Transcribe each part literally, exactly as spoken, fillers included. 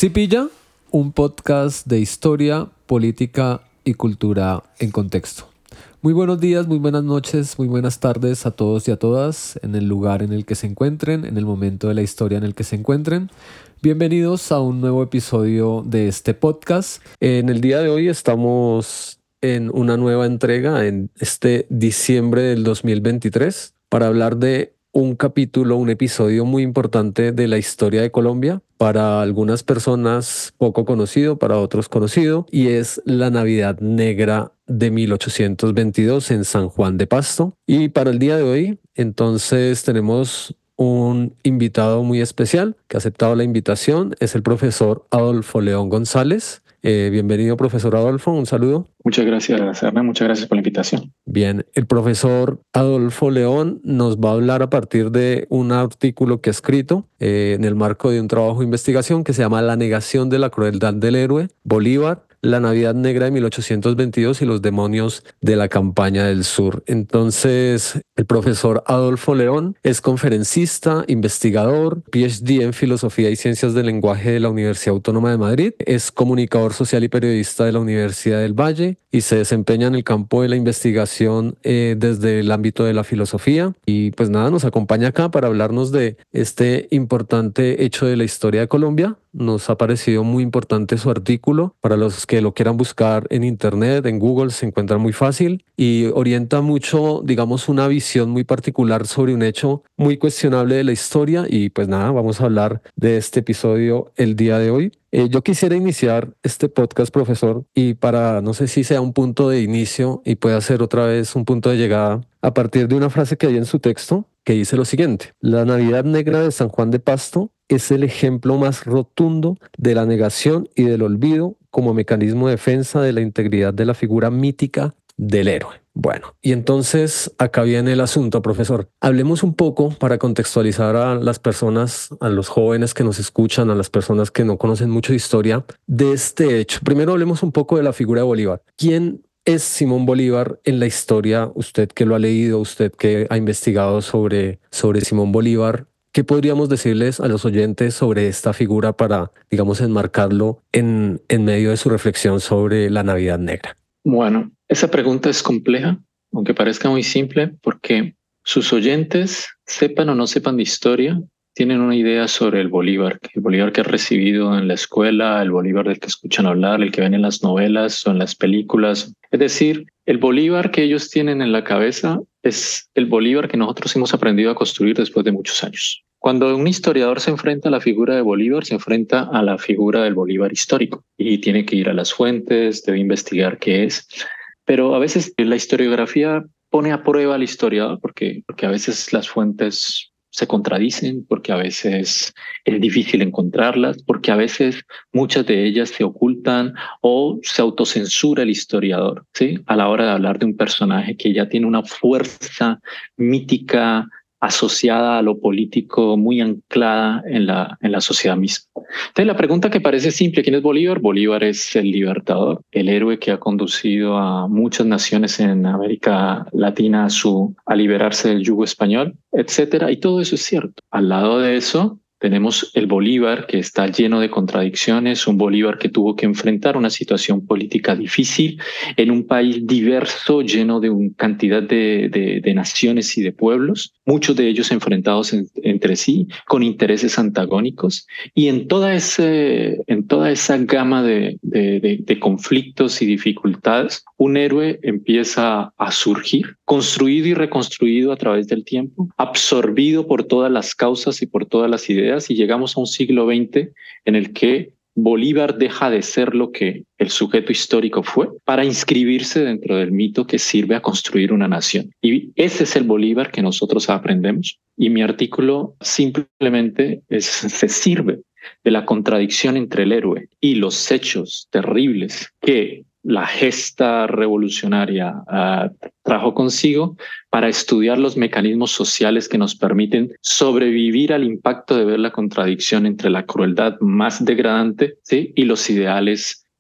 Sí pilla, un podcast de historia, política y cultura en contexto. Muy buenos días, muy buenas noches, muy buenas tardes a todos y a todas en el lugar en el que se encuentren, en el momento de la historia en el que se encuentren. Bienvenidos a un nuevo episodio de este podcast. En el día de hoy estamos en una nueva entrega en este diciembre del dos mil veintitrés para hablar de un capítulo, un episodio muy importante de la historia de Colombia, para algunas personas poco conocido, para otros conocido, y es la Navidad Negra de mil ochocientos veintidós en San Juan de Pasto. Y para el día de hoy, entonces, tenemos un invitado muy especial que ha aceptado la invitación, es el profesor Adolfo León González. Eh, bienvenido, profesor Adolfo, un saludo. Muchas gracias, Hernán, muchas gracias por la invitación. Bien, el profesor Adolfo León nos va a hablar a partir de un artículo que ha escrito eh, en el marco de un trabajo de investigación que se llama La negación de la crueldad del héroe, Bolívar, la Navidad Negra de mil ochocientos veintidós y los demonios de la campaña del sur. Entonces, el profesor Adolfo León es conferencista, investigador, P H D en Filosofía y Ciencias del Lenguaje de la Universidad Autónoma de Madrid, es comunicador social y periodista de la Universidad del Valle y se desempeña en el campo de la investigación eh, desde el ámbito de la filosofía. Y pues nada, nos acompaña acá para hablarnos de este importante hecho de la historia de Colombia. Nos ha parecido muy importante su artículo. Para los que lo quieran buscar en internet, en Google, se encuentra muy fácil y orienta mucho, digamos, una visión muy particular sobre un hecho muy cuestionable de la historia. Y pues nada, vamos a hablar de este episodio el día de hoy. Eh, yo quisiera iniciar este podcast, profesor, y para, no sé si sea un punto de inicio y pueda ser otra vez un punto de llegada, a partir de una frase que hay en su texto que dice lo siguiente: la Navidad Negra de San Juan de Pasto es el ejemplo más rotundo de la negación y del olvido como mecanismo de defensa de la integridad de la figura mítica del héroe. Bueno, y entonces acá viene el asunto, profesor. Hablemos un poco para contextualizar a las personas, a los jóvenes que nos escuchan, a las personas que no conocen mucho de historia, de este hecho. Primero hablemos un poco de la figura de Bolívar. ¿Quién es Simón Bolívar en la historia? Usted que lo ha leído, usted que ha investigado sobre, sobre Simón Bolívar, ¿qué podríamos decirles a los oyentes sobre esta figura para, digamos, enmarcarlo en, en medio de su reflexión sobre la Navidad Negra? Bueno, esa pregunta es compleja, aunque parezca muy simple, porque sus oyentes, sepan o no sepan de historia, tienen una idea sobre el Bolívar, el Bolívar que ha recibido en la escuela, el Bolívar del que escuchan hablar, el que ven en las novelas o en las películas. Es decir, el Bolívar que ellos tienen en la cabeza es el Bolívar que nosotros hemos aprendido a construir después de muchos años. Cuando un historiador se enfrenta a la figura de Bolívar, se enfrenta a la figura del Bolívar histórico y tiene que ir a las fuentes, debe investigar qué es. Pero a veces la historiografía pone a prueba al historiador porque, porque a veces las fuentes se contradicen, porque a veces es difícil encontrarlas, porque a veces muchas de ellas se ocultan o se autocensura el historiador, ¿sí? A la hora de hablar de un personaje que ya tiene una fuerza mítica asociada a lo político, muy anclada en la, en la sociedad misma. Entonces, la pregunta que parece simple: ¿quién es Bolívar? Bolívar es el libertador, el héroe que ha conducido a muchas naciones en América Latina a, su, a liberarse del yugo español, etcétera. Y todo eso es cierto. Al lado de eso, tenemos el Bolívar que está lleno de contradicciones, un Bolívar que tuvo que enfrentar una situación política difícil en un país diverso, lleno de una cantidad de, de, de naciones y de pueblos, muchos de ellos enfrentados en, entre sí, con intereses antagónicos, y en toda, ese, en toda esa gama de, de, de, de conflictos y dificultades, un héroe empieza a surgir, construido y reconstruido a través del tiempo, absorbido por todas las causas y por todas las ideas, y llegamos a un siglo veinte en el que Bolívar deja de ser lo que el sujeto histórico fue para inscribirse dentro del mito que sirve a construir una nación. Y ese es el Bolívar que nosotros aprendemos. Y mi artículo simplemente es, se sirve de la contradicción entre el héroe y los hechos terribles que la gesta revolucionaria uh, trajo consigo, para estudiar los mecanismos sociales que nos permiten sobrevivir al impacto de ver la contradicción entre la crueldad más degradante, ¿sí?, y los ideales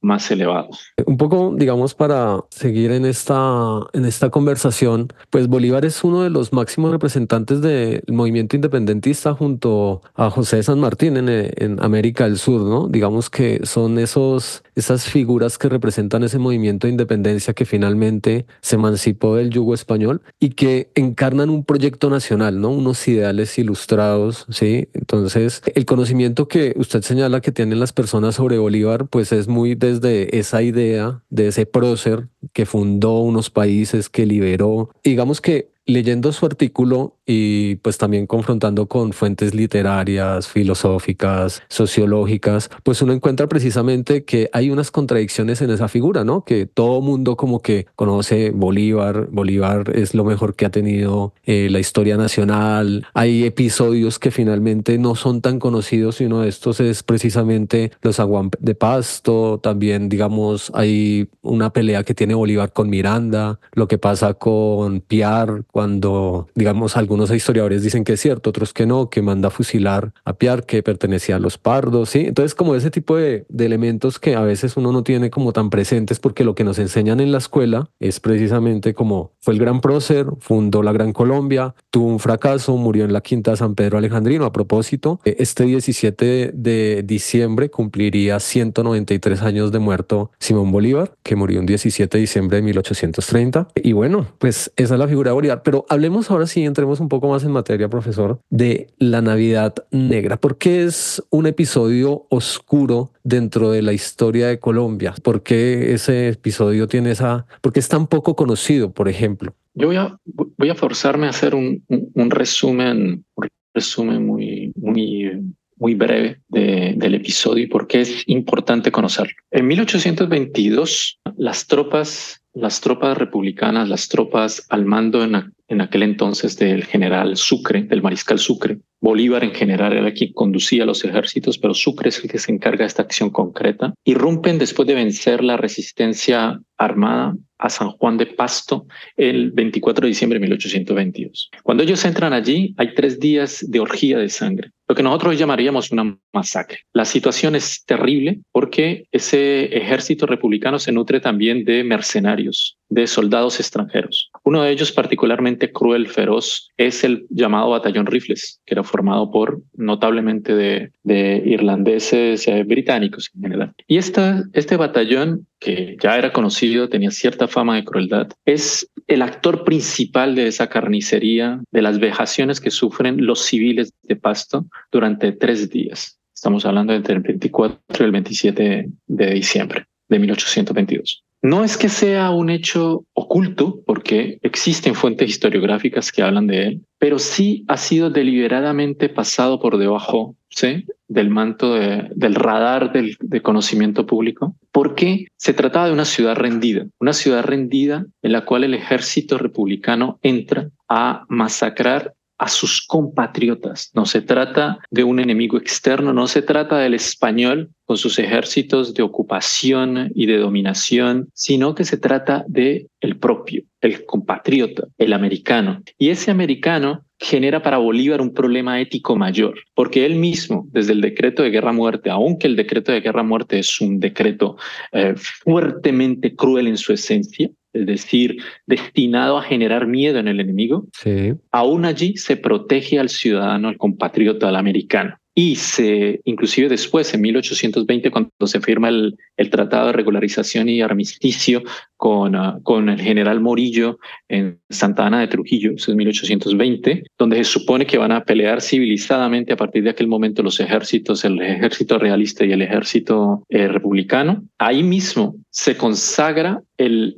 más elevados. Un poco, digamos, para seguir en esta, en esta conversación, pues Bolívar es uno de los máximos representantes del movimiento independentista junto a José de San Martín en, eh, en América del Sur, ¿no? Digamos que son esos, esas figuras que representan ese movimiento de independencia que finalmente se emancipó del yugo español y que encarnan un proyecto nacional, ¿no? Unos ideales ilustrados, ¿sí? Entonces, el conocimiento que usted señala que tienen las personas sobre Bolívar, pues es muy desde esa idea de ese prócer que fundó unos países, que liberó. Digamos que leyendo su artículo y pues también confrontando con fuentes literarias, filosóficas, sociológicas, pues uno encuentra precisamente que hay unas contradicciones en esa figura, ¿no? Que todo mundo como que conoce Bolívar, Bolívar es lo mejor que ha tenido eh, la historia nacional. Hay episodios que finalmente no son tan conocidos y uno de estos es precisamente los Aguam de Pasto. También, digamos, hay una pelea que tiene Bolívar con Miranda, lo que pasa con Piar, cuando, digamos, algunos historiadores dicen que es cierto, otros que no, que manda a fusilar a Piar, que pertenecía a los pardos, ¿sí? Entonces, como ese tipo de, de elementos que a veces uno no tiene como tan presentes porque lo que nos enseñan en la escuela es precisamente como fue el gran prócer, fundó la Gran Colombia, tuvo un fracaso, murió en la Quinta de San Pedro Alejandrino. A propósito, este diecisiete de diciembre cumpliría ciento noventa y tres años de muerto Simón Bolívar, que murió el diecisiete de diciembre de mil ochocientos treinta. Y bueno, pues esa es la figura de Bolívar. Pero hablemos ahora sí, entremos un poco más en materia, profesor, de la Navidad Negra. ¿Por qué es un episodio oscuro dentro de la historia de Colombia? ¿Por qué ese episodio tiene esa... ¿Por qué es tan poco conocido, por ejemplo? Yo voy a, voy a forzarme a hacer un, un, un resumen, un resumen muy, muy, muy breve de, del episodio y por qué es importante conocerlo. En mil ochocientos veintidós, las tropas, las tropas republicanas, las tropas al mando en, a, en aquel entonces del general Sucre, del mariscal Sucre, Bolívar en general era quien conducía los ejércitos, pero Sucre es el que se encarga de esta acción concreta, irrumpen después de vencer la resistencia armada a San Juan de Pasto el veinticuatro de diciembre de mil ochocientos veintidós. Cuando ellos entran allí, hay tres días de orgía de sangre, lo que nosotros llamaríamos una masacre. La situación es terrible porque ese ejército republicano se nutre también de mercenarios, de soldados extranjeros. Uno de ellos particularmente cruel, feroz, es el llamado Batallón Rifles, que era formado por notablemente de, de irlandeses, eh, británicos en general. Y esta, este batallón, que ya era conocido, tenía cierta fama de crueldad, es el actor principal de esa carnicería, de las vejaciones que sufren los civiles de Pasto durante tres días. Estamos hablando entre el veinticuatro y el veintisiete de diciembre de mil ochocientos veintidós. No es que sea un hecho oculto, porque existen fuentes historiográficas que hablan de él, pero sí ha sido deliberadamente pasado por debajo, ¿sí?, del manto de, del radar del, de conocimiento público, porque se trataba de una ciudad rendida, una ciudad rendida en la cual el ejército republicano entra a masacrar a sus compatriotas. No se trata de un enemigo externo, no se trata del español con sus ejércitos de ocupación y de dominación, sino que se trata de el propio, el compatriota, el americano. Y ese americano genera para Bolívar un problema ético mayor, porque él mismo, desde el decreto de guerra-muerte, aunque el decreto de guerra-muerte es un decreto eh, fuertemente cruel en su esencia, es decir, destinado a generar miedo en el enemigo, sí, aún allí se protege al ciudadano, al compatriota, al americano. Y se, inclusive después, en mil ochocientos veinte, cuando se firma el, el Tratado de Regularización y Armisticio con, uh, con el general Morillo en Santa Ana de Trujillo, eso es mil ochocientos veinte, donde se supone que van a pelear civilizadamente a partir de aquel momento los ejércitos, el ejército realista y el ejército eh, republicano. Ahí mismo se consagra el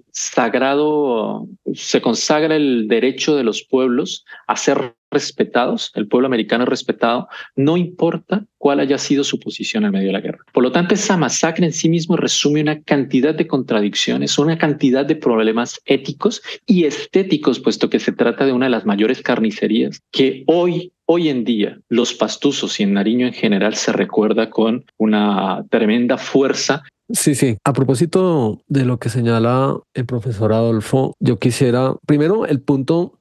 sagrado, se consagra el derecho de los pueblos a ser respetados, el pueblo americano es respetado, no importa cuál haya sido su posición en medio de la guerra. Por lo tanto, esa masacre en sí mismo resume una cantidad de contradicciones, una cantidad de problemas éticos y estéticos, puesto que se trata de una de las mayores carnicerías que hoy Hoy en día, los pastusos y en Nariño en general se recuerda con una tremenda fuerza. Sí, sí. A propósito de lo que señala el profesor Adolfo, yo quisiera, primero, el punto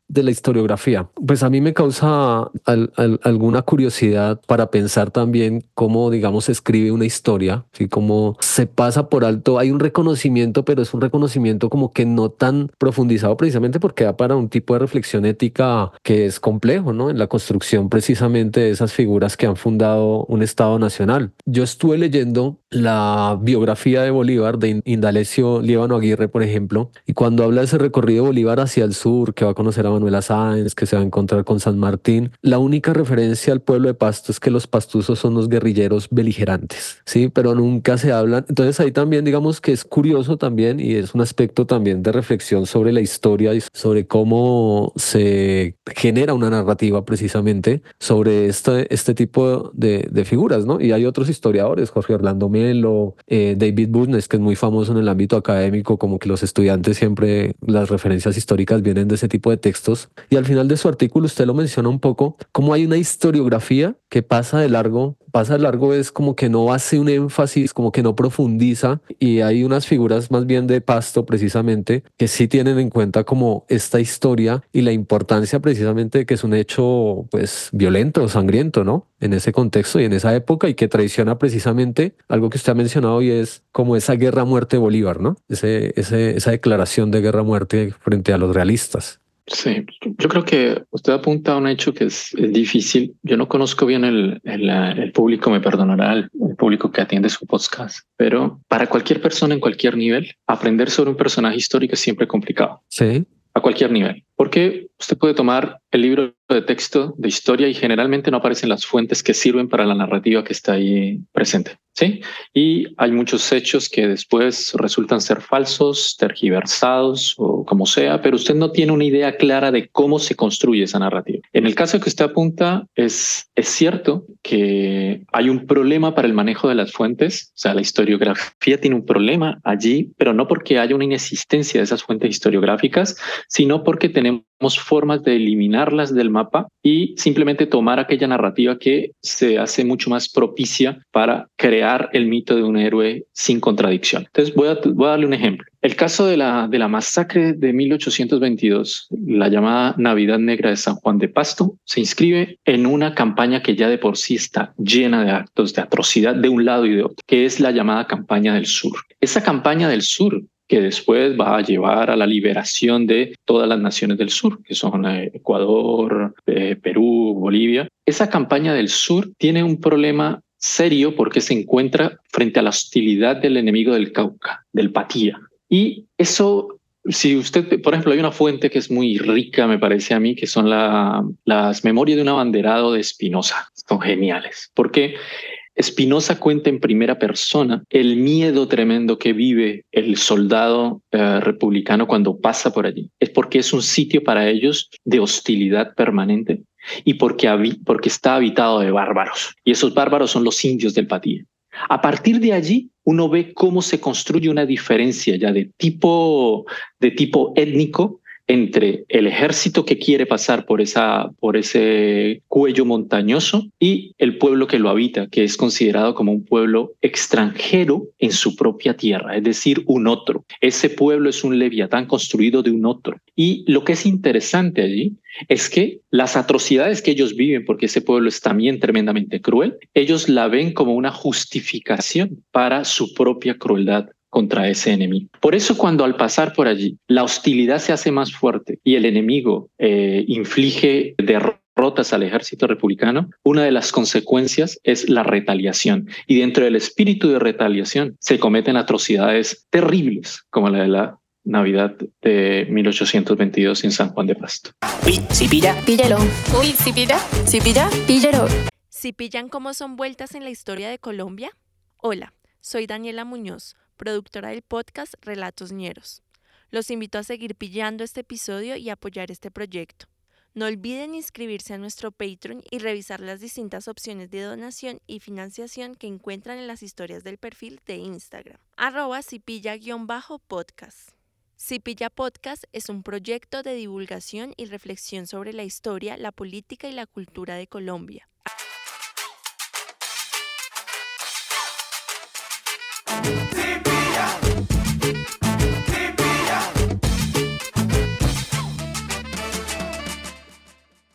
de la historiografía. Pues a mí me causa al, al, alguna curiosidad para pensar también cómo, digamos, se escribe una historia, ¿sí? Cómo se pasa por alto. Hay un reconocimiento, pero es un reconocimiento como que no tan profundizado precisamente porque da para un tipo de reflexión ética que es complejo, ¿no? En la construcción precisamente de esas figuras que han fundado un Estado nacional. Yo estuve leyendo la biografía de Bolívar de Indalecio Líbano Aguirre, por ejemplo, y cuando habla de ese recorrido de Bolívar hacia el sur, que va a conocer a Manuela Sáenz, que se va a encontrar con San Martín, la única referencia al pueblo de Pasto es que los pastuzos son los guerrilleros beligerantes, ¿sí? Pero nunca se hablan. Entonces ahí también digamos que es curioso también y es un aspecto también de reflexión sobre la historia y sobre cómo se genera una narrativa precisamente sobre este, este tipo de, de figuras, ¿no? Y hay otros historiadores, Jorge Orlando Melo, eh, David Burnes, que es muy famoso en el ámbito académico, como que los estudiantes siempre, las referencias históricas vienen de ese tipo de textos. Y al final de su artículo usted lo menciona un poco, cómo hay una historiografía que pasa de largo, pasa de largo es como que no hace un énfasis, como que no profundiza, y hay unas figuras más bien de Pasto precisamente que sí tienen en cuenta como esta historia y la importancia precisamente de que es un hecho pues violento, sangriento, ¿no? En ese contexto y en esa época y que traiciona precisamente algo que usted ha mencionado y es como esa guerra a muerte de Bolívar, ¿no? Ese, ese, esa declaración de guerra a muerte frente a los realistas. Sí, yo creo que usted apunta a un hecho que es, es difícil. Yo no conozco bien el, el, el público, me perdonará, el, el público que atiende su podcast, pero para cualquier persona en cualquier nivel, aprender sobre un personaje histórico es siempre complicado. Sí. A cualquier nivel. Porque usted puede tomar el libro de texto de historia y generalmente no aparecen las fuentes que sirven para la narrativa que está ahí presente. ¿Sí? Y hay muchos hechos que después resultan ser falsos, tergiversados o como sea, pero usted no tiene una idea clara de cómo se construye esa narrativa. En el caso que usted apunta, es, es cierto que hay un problema para el manejo de las fuentes. O sea, la historiografía tiene un problema allí, pero no porque haya una inexistencia de esas fuentes historiográficas, sino porque tenemos formas de eliminarlas del mapa y simplemente tomar aquella narrativa que se hace mucho más propicia para crear el mito de un héroe sin contradicción. Entonces voy a, voy a darle un ejemplo. El caso de la, de la masacre de mil ochocientos veintidós, la llamada Navidad Negra de San Juan de Pasto, se inscribe en una campaña que ya de por sí está llena de actos de atrocidad de un lado y de otro, que es la llamada campaña del sur. Esa campaña del sur que después va a llevar a la liberación de todas las naciones del sur, que son Ecuador, eh, Perú, Bolivia. Esa campaña del sur tiene un problema serio porque se encuentra frente a la hostilidad del enemigo del Cauca, del Patía. Y eso, si usted, por ejemplo, hay una fuente que es muy rica, me parece a mí, que son la, las memorias de un abanderado de Espinosa. Son geniales, porque Espinosa cuenta en primera persona el miedo tremendo que vive el soldado eh, republicano cuando pasa por allí. Es porque es un sitio para ellos de hostilidad permanente y porque, porque está habitado de bárbaros. Y esos bárbaros son los indios del Patía. A partir de allí, uno ve cómo se construye una diferencia ya de tipo, de tipo étnico entre el ejército que quiere pasar por, esa, por ese cuello montañoso y el pueblo que lo habita, que es considerado como un pueblo extranjero en su propia tierra, es decir, un otro. Ese pueblo es un leviatán construido de un otro. Y lo que es interesante allí es que las atrocidades que ellos viven, porque ese pueblo es también tremendamente cruel, ellos la ven como una justificación para su propia crueldad contra ese enemigo. Por eso cuando al pasar por allí la hostilidad se hace más fuerte y el enemigo eh, inflige derrotas al ejército republicano, una de las consecuencias es la retaliación. Y dentro del espíritu de retaliación se cometen atrocidades terribles como la de la Navidad de mil ochocientos veintidós en San Juan de Pasto. Uy, ¿sí pilla? Píllelo. Uy, ¿sí pilla? ¿Sí pilla? Píllelo. ¿Sí pillan cómo son vueltas en la historia de Colombia? Hola, soy Daniela Muñoz, productora del podcast Relatos Ñeros. Los invito a seguir pillando este episodio y apoyar este proyecto. No olviden inscribirse a nuestro Patreon y revisar las distintas opciones de donación y financiación que encuentran en las historias del perfil de Instagram, arroba cipilla-podcast. Cipilla Podcast es un proyecto de divulgación y reflexión sobre la historia, la política y la cultura de Colombia.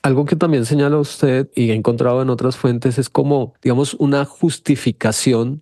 algo que también señala usted y he encontrado en otras fuentes es como, digamos, una justificación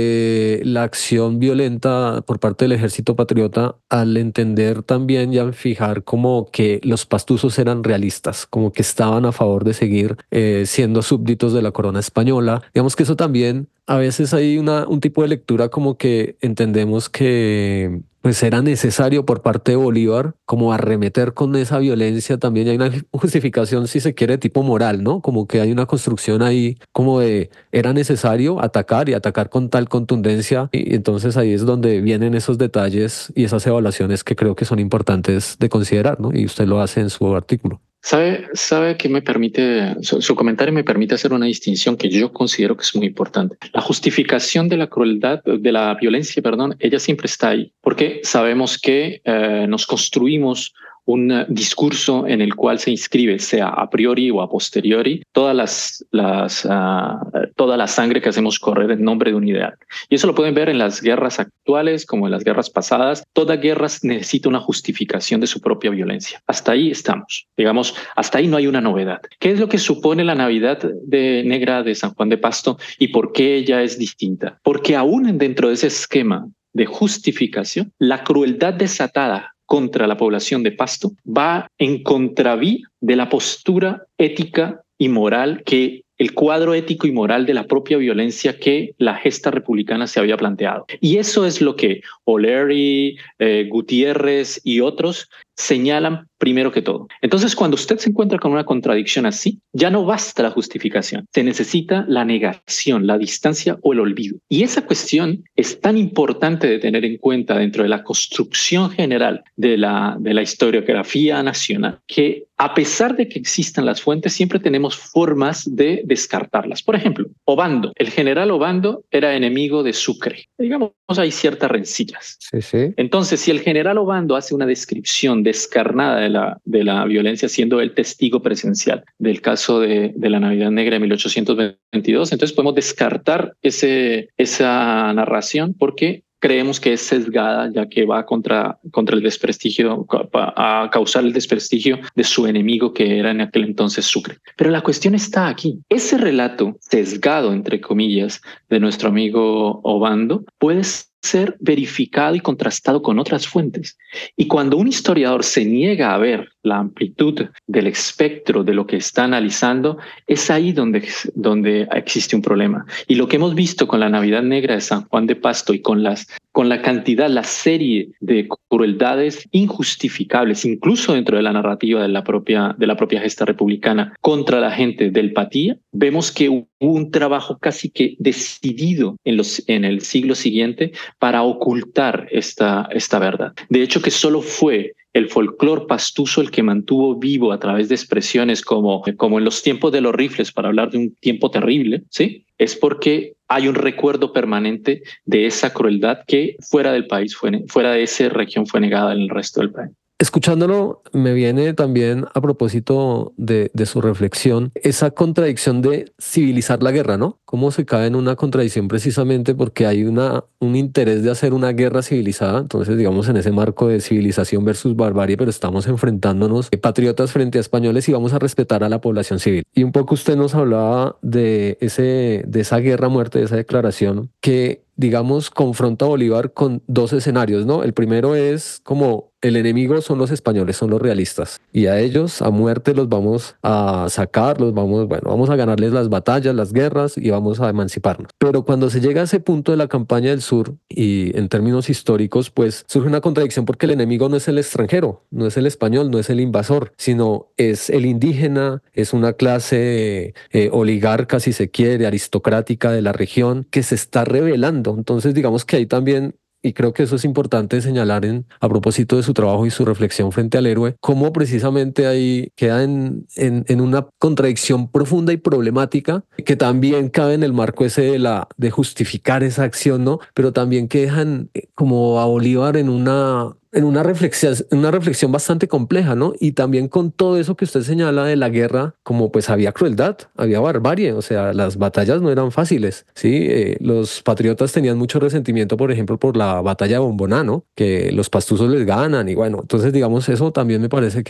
de la acción violenta por parte del ejército patriota al entender también y al fijar como que los pastusos eran realistas, como que estaban a favor de seguir eh, siendo súbditos de la corona española. Digamos que eso también, a veces hay una, un tipo de lectura como que entendemos que pues era necesario por parte de Bolívar como arremeter con esa violencia. También hay una justificación, si se quiere, de tipo moral, ¿no? Como que hay una construcción ahí como de era necesario atacar y atacar con tal contundencia. Y entonces ahí es donde vienen esos detalles y esas evaluaciones que creo que son importantes de considerar, ¿no? Y usted lo hace en su artículo. ¿Sabe, sabe que me permite, su, su comentario me permite hacer una distinción que yo considero que es muy importante? La justificación de la crueldad, de la violencia, perdón, ella siempre está ahí, porque sabemos que eh, nos construimos un discurso en el cual se inscribe, sea a priori o a posteriori, todas las, las, uh, toda la sangre que hacemos correr en nombre de un ideal. Y eso lo pueden ver en las guerras actuales como en las guerras pasadas. Toda guerra necesita una justificación de su propia violencia. Hasta ahí estamos. Digamos, hasta ahí no hay una novedad. ¿Qué es lo que supone la Navidad de Negra de San Juan de Pasto y por qué ella es distinta? Porque aún dentro de ese esquema de justificación, la crueldad desatada contra la población de Pasto va en contravía de la postura ética y moral que el cuadro ético y moral de la propia violencia que la gesta republicana se había planteado. Y eso es lo que O'Leary, eh, Gutiérrez y otros señalan primero que todo. Entonces, cuando usted se encuentra con una contradicción así, ya no basta la justificación, se necesita la negación, la distancia o el olvido. Y esa cuestión es tan importante de tener en cuenta dentro de la construcción general de la, de la historiografía nacional, que a pesar de que existan las fuentes, siempre tenemos formas de descartarlas. Por ejemplo, Obando, el general Obando era enemigo de Sucre. Digamos, hay ciertas rencillas. Sí, sí. Entonces, si el general Obando hace una descripción descarnada de la, de la violencia, siendo el testigo presencial del caso de, de la Navidad Negra de mil ochocientos veintidós, entonces podemos descartar ese, esa narración porque creemos que es sesgada, ya que va contra, contra el desprestigio, a causar el desprestigio de su enemigo, que era en aquel entonces Sucre. Pero la cuestión está aquí. Ese relato sesgado, entre comillas, de nuestro amigo Obando puede ser verificado y contrastado con otras fuentes. Y cuando un historiador se niega a ver la amplitud del espectro de lo que está analizando, es ahí donde, donde existe un problema. Y lo que hemos visto con la Navidad Negra de San Juan de Pasto y con, las, con la cantidad, la serie de crueldades injustificables, incluso dentro de la narrativa de la propia, de la propia gesta republicana contra la gente del Patía, vemos que hubo un trabajo casi que decidido en, los, en el siglo siguiente para ocultar esta, esta verdad. De hecho, que solo fue el folclore pastuso el que mantuvo vivo a través de expresiones como, como en los tiempos de los rifles, para hablar de un tiempo terrible, ¿sí? Es porque hay un recuerdo permanente de esa crueldad que fuera del país, fue, fuera de esa región fue negada en el resto del país. Escuchándolo, me viene también a propósito de, de su reflexión, esa contradicción de civilizar la guerra, ¿no? Cómo se cae en una contradicción precisamente porque hay una, un interés de hacer una guerra civilizada. Entonces, digamos, en ese marco de civilización versus barbarie, pero estamos enfrentándonos patriotas frente a españoles y vamos a respetar a la población civil. Y un poco usted nos hablaba de, ese, de esa guerra a muerte, de esa declaración que, digamos, confronta a Bolívar con dos escenarios, ¿no? El primero es como el enemigo son los españoles, son los realistas, y a ellos a muerte los vamos a sacar, los vamos, bueno, vamos a ganarles las batallas, las guerras y vamos a emanciparnos. Pero cuando se llega a ese punto de la campaña del sur y en términos históricos, pues surge una contradicción porque el enemigo no es el extranjero, no es el español, no es el invasor, sino es el indígena, es una clase eh, oligarca, si se quiere, aristocrática de la región que se está rebelando. Entonces, digamos que ahí también, y creo que eso es importante señalar en, a propósito de su trabajo y su reflexión frente al héroe, cómo precisamente ahí queda en, en, en una contradicción profunda y problemática que también cabe en el marco ese de, la, de justificar esa acción, ¿no? Pero también que dejan como a Bolívar en una... en una reflexión, una reflexión bastante compleja, ¿no? Y también con todo eso que usted señala de la guerra, como pues había crueldad, había barbarie, o sea, las batallas no eran fáciles, ¿sí? Eh, los patriotas tenían mucho resentimiento, por ejemplo, por la batalla de Bomboná, ¿no? Que los pastusos les ganan y bueno, entonces digamos eso también me parece que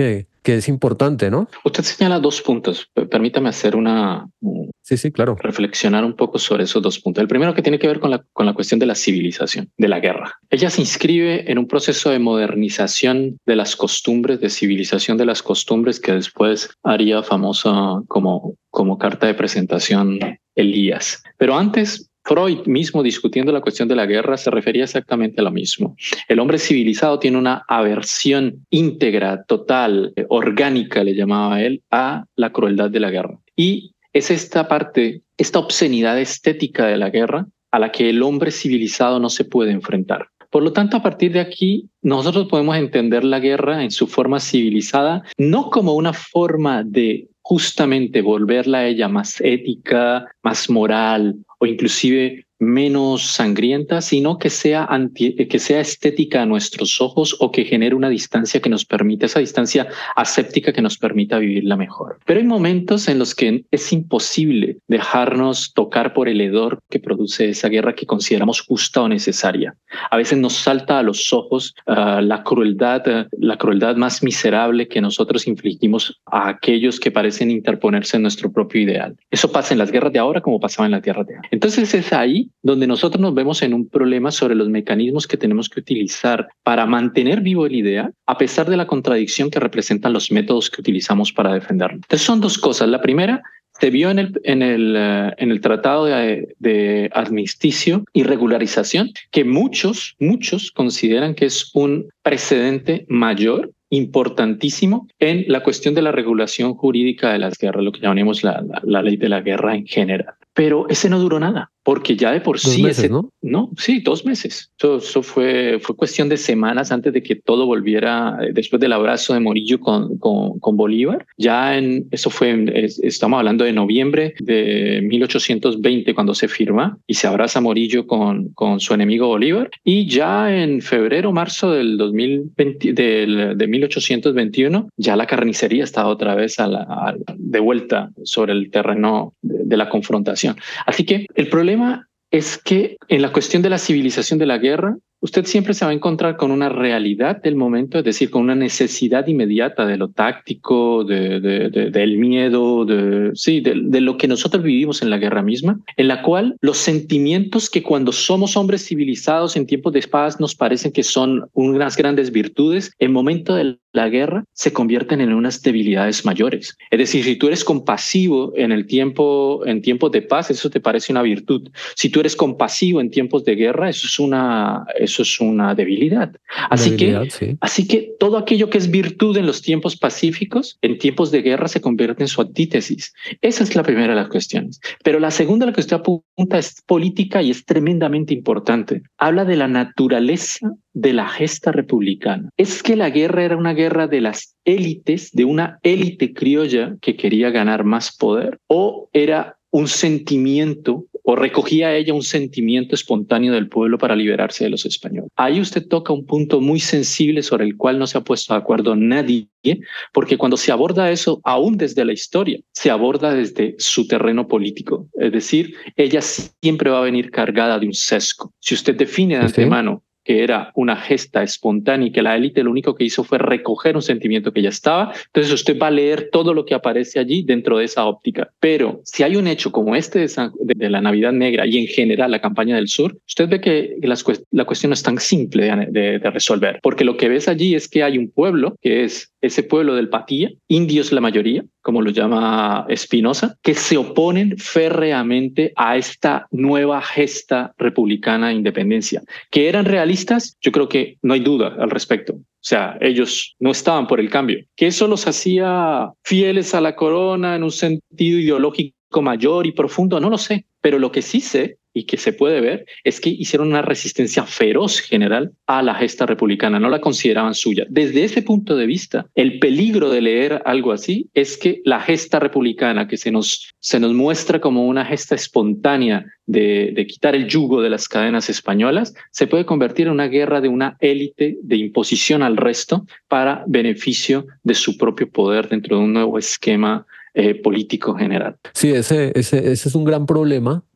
que es importante, ¿no? Usted señala dos puntos. Permítame hacer una... Sí, sí, claro. Reflexionar un poco sobre esos dos puntos. El primero que tiene que ver con la, con la cuestión de la civilización, de la guerra. Ella se inscribe en un proceso de modernización de las costumbres, de civilización de las costumbres que después haría famosa como, como carta de presentación Elías. Pero antes... Freud mismo, discutiendo la cuestión de la guerra, se refería exactamente a lo mismo. El hombre civilizado tiene una aversión íntegra, total, orgánica, le llamaba él, a la crueldad de la guerra. Y es esta parte, esta obscenidad estética de la guerra a la que el hombre civilizado no se puede enfrentar. Por lo tanto, a partir de aquí, nosotros podemos entender la guerra en su forma civilizada, no como una forma de justamente volverla a ella más ética, más moral o inclusive menos sangrienta, sino que sea, anti, que sea estética a nuestros ojos o que genere una distancia que nos permita, esa distancia aséptica que nos permita vivirla mejor. Pero hay momentos en los que es imposible dejarnos tocar por el hedor que produce esa guerra que consideramos justa o necesaria. A veces nos salta a los ojos uh, la crueldad, uh, la crueldad más miserable que nosotros infligimos a aquellos que parecen interponerse en nuestro propio ideal. Eso pasa en las guerras de ahora como pasaba en las guerras de antes. Entonces es ahí donde nosotros nos vemos en un problema sobre los mecanismos que tenemos que utilizar para mantener vivo el ideal, a pesar de la contradicción que representan los métodos que utilizamos para defenderlo. Entonces son dos cosas. La primera, se vio en el, en el, uh, en el Tratado de, de Armisticio y Regularización, que muchos, muchos consideran que es un precedente mayor, importantísimo, en la cuestión de la regulación jurídica de las guerras, lo que llamamos la, la, la ley de la guerra en general. Pero ese no duró nada, porque ya de por dos sí... meses, ese, ¿no? No, sí, dos meses. Eso, eso fue, fue cuestión de semanas antes de que todo volviera, después del abrazo de Morillo con, con, con Bolívar. Ya en, eso fue, en, estamos hablando de noviembre de mil ochocientos veinte, cuando se firma y se abraza Morillo con, con su enemigo Bolívar. Y ya en febrero, marzo del dos mil veinte, del, de mil ochocientos veintiuno, ya la carnicería estaba otra vez a la, a, de vuelta sobre el terreno de, de la confrontación. Así que el problema es que en la cuestión de la civilización de la guerra, usted siempre se va a encontrar con una realidad del momento, es decir, con una necesidad inmediata de lo táctico, de, de, de, del miedo, de, sí, de, de lo que nosotros vivimos en la guerra misma, en la cual los sentimientos que cuando somos hombres civilizados en tiempos de paz nos parecen que son unas grandes virtudes, en momento de la guerra se convierten en unas debilidades mayores. Es decir, si tú eres compasivo en el tiempo, en tiempos de paz, eso te parece una virtud. Si tú eres compasivo en tiempos de guerra, eso es una, eso es una debilidad. Así debilidad, que, sí. así que todo aquello que es virtud en los tiempos pacíficos, en tiempos de guerra se convierte en su antítesis. Esa es la primera de las cuestiones. Pero la segunda, la que usted apunta, es política y es tremendamente importante. Habla de la naturaleza de la gesta republicana. Es que la guerra era una guerra de las élites, de una élite criolla que quería ganar más poder, o era un sentimiento, o recogía ella un sentimiento espontáneo del pueblo para liberarse de los españoles. Ahí usted toca un punto muy sensible sobre el cual no se ha puesto de acuerdo nadie, porque cuando se aborda eso, aún desde la historia, se aborda desde su terreno político. Es decir, ella siempre va a venir cargada de un sesgo. Si usted define de antemano que era una gesta espontánea y que la élite lo único que hizo fue recoger un sentimiento que ya estaba, entonces usted va a leer todo lo que aparece allí dentro de esa óptica. Pero si hay un hecho como este de, San, de, de la Navidad Negra y en general la campaña del sur, usted ve que las, la cuestión no es tan simple de, de, de resolver, porque lo que ves allí es que hay un pueblo, que es ese pueblo del Patía, indios la mayoría, como lo llama Espinosa, que se oponen férreamente a esta nueva gesta republicana de independencia. ¿Que eran realistas? Yo creo que no hay duda al respecto. O sea, ellos no estaban por el cambio. ¿Que eso los hacía fieles a la corona en un sentido ideológico mayor y profundo? No lo sé. Pero lo que sí sé y que se puede ver es que hicieron una resistencia feroz general a la gesta republicana, no la consideraban suya. Desde ese punto de vista, el peligro de leer algo así es que la gesta republicana, que se nos, se nos muestra como una gesta espontánea de, de quitar el yugo de las cadenas españolas, se puede convertir en una guerra de una élite de imposición al resto para beneficio de su propio poder dentro de un nuevo esquema eh, político general. Sí, ese, ese, ese es un gran problema.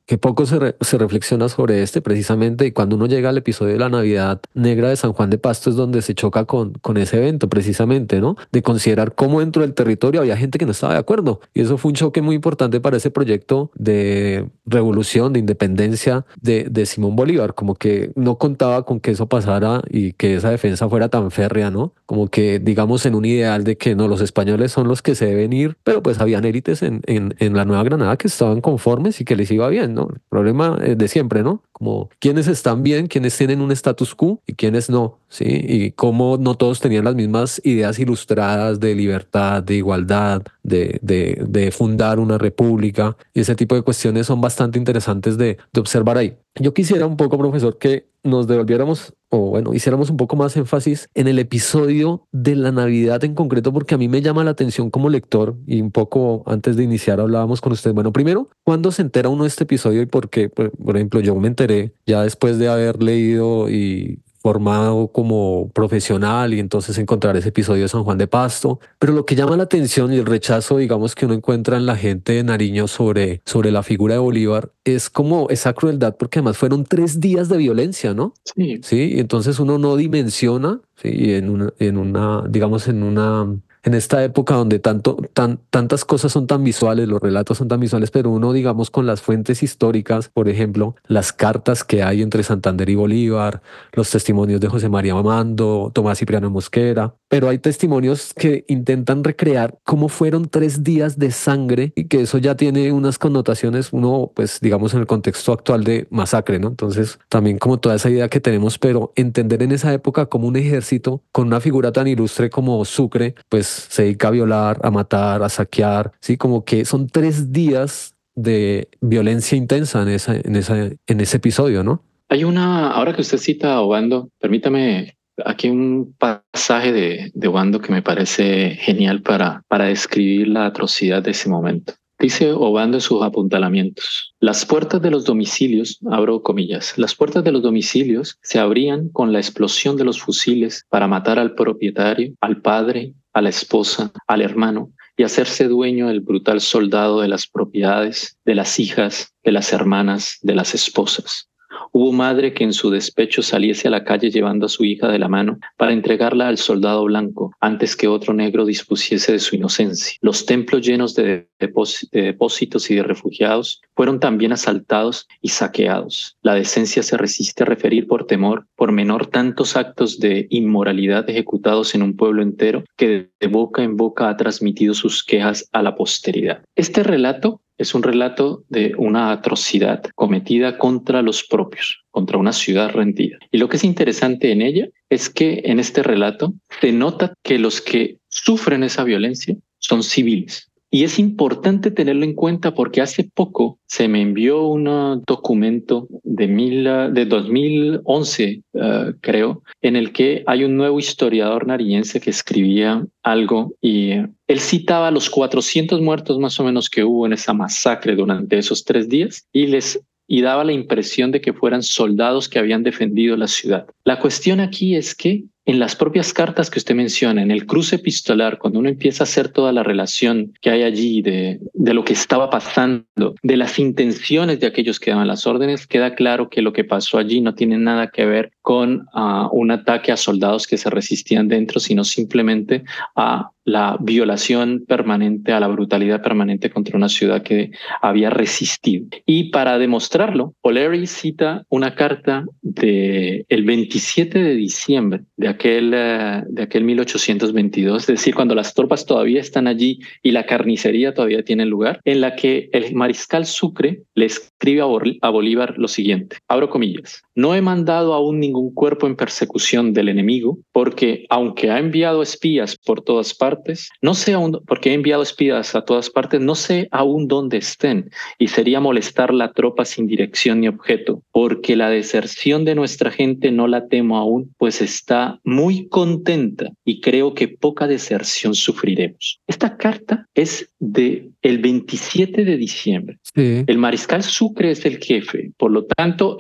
que poco se, re- se reflexiona sobre este precisamente, y cuando uno llega al episodio de la Navidad Negra de San Juan de Pasto es donde se choca con, con ese evento precisamente, ¿no? De considerar cómo dentro del territorio había gente que no estaba de acuerdo, y eso fue un choque muy importante para ese proyecto de revolución, de independencia de, de Simón Bolívar, como que no contaba con que eso pasara y que esa defensa fuera tan férrea, ¿no? Como que digamos en un ideal de que no, los españoles son los que se deben ir, pero pues habían élites en, en, en la Nueva Granada que estaban conformes y que les iba bien, ¿no? El problema es de siempre, ¿no? Como quiénes están bien, quiénes tienen un status quo y quiénes no, ¿sí? Y cómo no todos tenían las mismas ideas ilustradas de libertad, de igualdad, de, de, de fundar una república. Y ese tipo de cuestiones son bastante interesantes de, de observar ahí. Yo quisiera un poco, profesor, que nos devolviéramos o bueno, hiciéramos un poco más énfasis en el episodio de la Navidad en concreto, porque a mí me llama la atención como lector, y un poco antes de iniciar hablábamos con usted. Bueno, primero, ¿cuándo se entera uno de este episodio y por qué? Por, por ejemplo, yo me enteré ya después de haber leído y formado como profesional y entonces encontrar ese episodio de San Juan de Pasto. Pero lo que llama la atención y el rechazo, digamos, que uno encuentra en la gente de Nariño sobre, sobre la figura de Bolívar es como esa crueldad, porque además fueron tres días de violencia, ¿no? Sí, Sí, y entonces uno no dimensiona, sí, y en una, en una, digamos, en una, en esta época donde tanto, tan, tantas cosas son tan visuales, los relatos son tan visuales, pero uno, digamos, con las fuentes históricas, por ejemplo, las cartas que hay entre Santander y Bolívar, los testimonios de José María Mamando, Tomás Cipriano Mosquera, pero hay testimonios que intentan recrear cómo fueron tres días de sangre y que eso ya tiene unas connotaciones, uno, pues, digamos, en el contexto actual de masacre, ¿no? Entonces, también como toda esa idea que tenemos, pero entender en esa época como un ejército con una figura tan ilustre como Sucre, pues se dedica a violar, a matar, a saquear, ¿sí? Como que son tres días de violencia intensa en, esa, en, esa, en ese episodio, ¿no? hay una, ahora que usted cita a Obando, permítame aquí un pasaje de, de Obando que me parece genial para, para describir la atrocidad de ese momento. Dice Obando en sus apuntalamientos: las puertas de los domicilios, abro comillas, las puertas de los domicilios se abrían con la explosión de los fusiles para matar al propietario, al padre, a la esposa, al hermano, y hacerse dueño del brutal soldado de las propiedades, de las hijas, de las hermanas, de las esposas. Hubo madre que en su despecho saliese a la calle llevando a su hija de la mano para entregarla al soldado blanco antes que otro negro dispusiese de su inocencia. Los templos llenos de, depós- de depósitos y de refugiados fueron también asaltados y saqueados. La decencia se resiste a referir por temor, por menor, tantos actos de inmoralidad ejecutados en un pueblo entero que de boca en boca ha transmitido sus quejas a la posteridad. Este relato es un relato de una atrocidad cometida contra los propios, contra una ciudad rendida. Y lo que es interesante en ella es que en este relato se nota que los que sufren esa violencia son civiles. Y es importante tenerlo en cuenta porque hace poco se me envió un documento de, mil, de dos mil once, uh, creo, en el que hay un nuevo historiador nariñense que escribía algo y él citaba los cuatrocientos muertos más o menos que hubo en esa masacre durante esos tres días y les y daba la impresión de que fueran soldados que habían defendido la ciudad. La cuestión aquí es que en las propias cartas que usted menciona, en el cruce epistolar, cuando uno empieza a hacer toda la relación que hay allí de, de lo que estaba pasando, de las intenciones de aquellos que daban las órdenes, queda claro que lo que pasó allí no tiene nada que ver con uh, un ataque a soldados que se resistían dentro, sino simplemente a la violación permanente, a la brutalidad permanente contra una ciudad que había resistido. Y para demostrarlo, O'Leary cita una carta del veintisiete de diciembre de aquel, uh, de aquel mil ochocientos veintidós, es decir, cuando las tropas todavía están allí y la carnicería todavía tiene lugar, en la que el mariscal Sucre le escribe a, Bol- a Bolívar lo siguiente, abro comillas: no he mandado aún ningún cuerpo en persecución del enemigo, porque aunque ha enviado espías por todas partes, no sé aún, porque he enviado espías a todas partes, no sé aún dónde estén, y sería molestar la tropa sin dirección ni objeto, porque la deserción de nuestra gente no la temo aún, pues está muy contenta y creo que poca deserción sufriremos. Esta carta es de el veintisiete de diciembre. Sí. El mariscal Sucre es el jefe, por lo tanto, él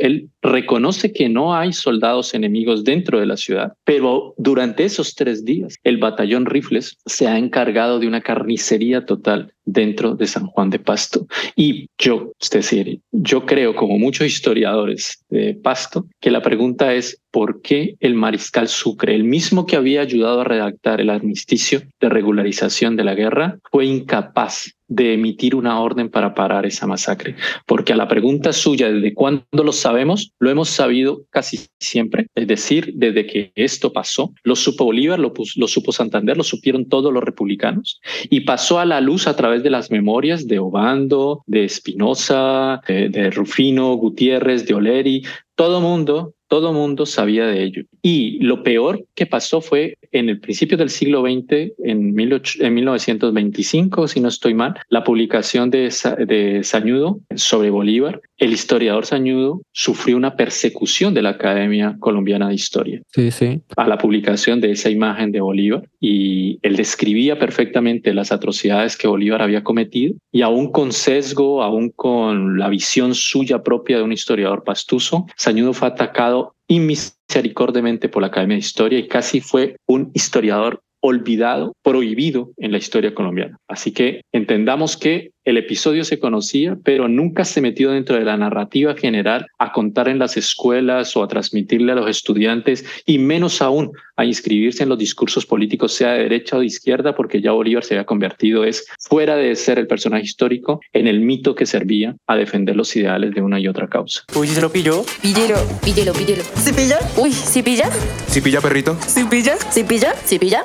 reconoce que no hay soldados enemigos dentro de la ciudad, pero durante esos tres días el batallón Rifles se ha encargado de una carnicería total dentro de San Juan de Pasto. Y yo, es decir, yo creo, como muchos historiadores de Pasto, que la pregunta es ¿por qué el mariscal Sucre, el mismo que había ayudado a redactar el armisticio de regularización de la guerra, fue incapaz de emitir una orden para parar esa masacre? Porque a la pregunta suya, ¿desde cuándo lo sabemos? Lo hemos sabido casi siempre, es decir, desde que esto pasó. Lo supo Bolívar, lo, lo supo Santander, lo supieron todos los republicanos, y pasó a la luz a través de las memorias de Obando, de Espinosa, de, de Rufino, Gutiérrez, de Oleri. Todo mundo, todo mundo sabía de ello. Y lo peor que pasó fue en el principio del siglo veinte, en, en mil novecientos veinticinco, si no estoy mal, la publicación de, de Sañudo sobre Bolívar. El historiador Sañudo sufrió una persecución de la Academia Colombiana de Historia. Sí, sí. A la publicación de esa imagen de Bolívar, y él describía perfectamente las atrocidades que Bolívar había cometido, y aún con sesgo, aún con la visión suya propia de un historiador pastuso, Sañudo fue atacado inmisericordiamente por la Academia de Historia y casi fue un historiador olvidado, prohibido en la historia colombiana. Así que entendamos que el episodio se conocía, pero nunca se metió dentro de la narrativa general a contar en las escuelas o a transmitirle a los estudiantes, y menos aún a inscribirse en los discursos políticos, sea de derecha o de izquierda, porque ya Bolívar se había convertido, es fuera de ser el personaje histórico, en el mito que servía a defender los ideales de una y otra causa. Uy, ¿sí se lo pilló? Píllelo, píllelo, píllelo. ¿Sí pilla? Uy, ¿sí pilla? ¿Sí pilla, perrito? ¿Sí pilla? ¿Sí pilla? ¿Sí pilla?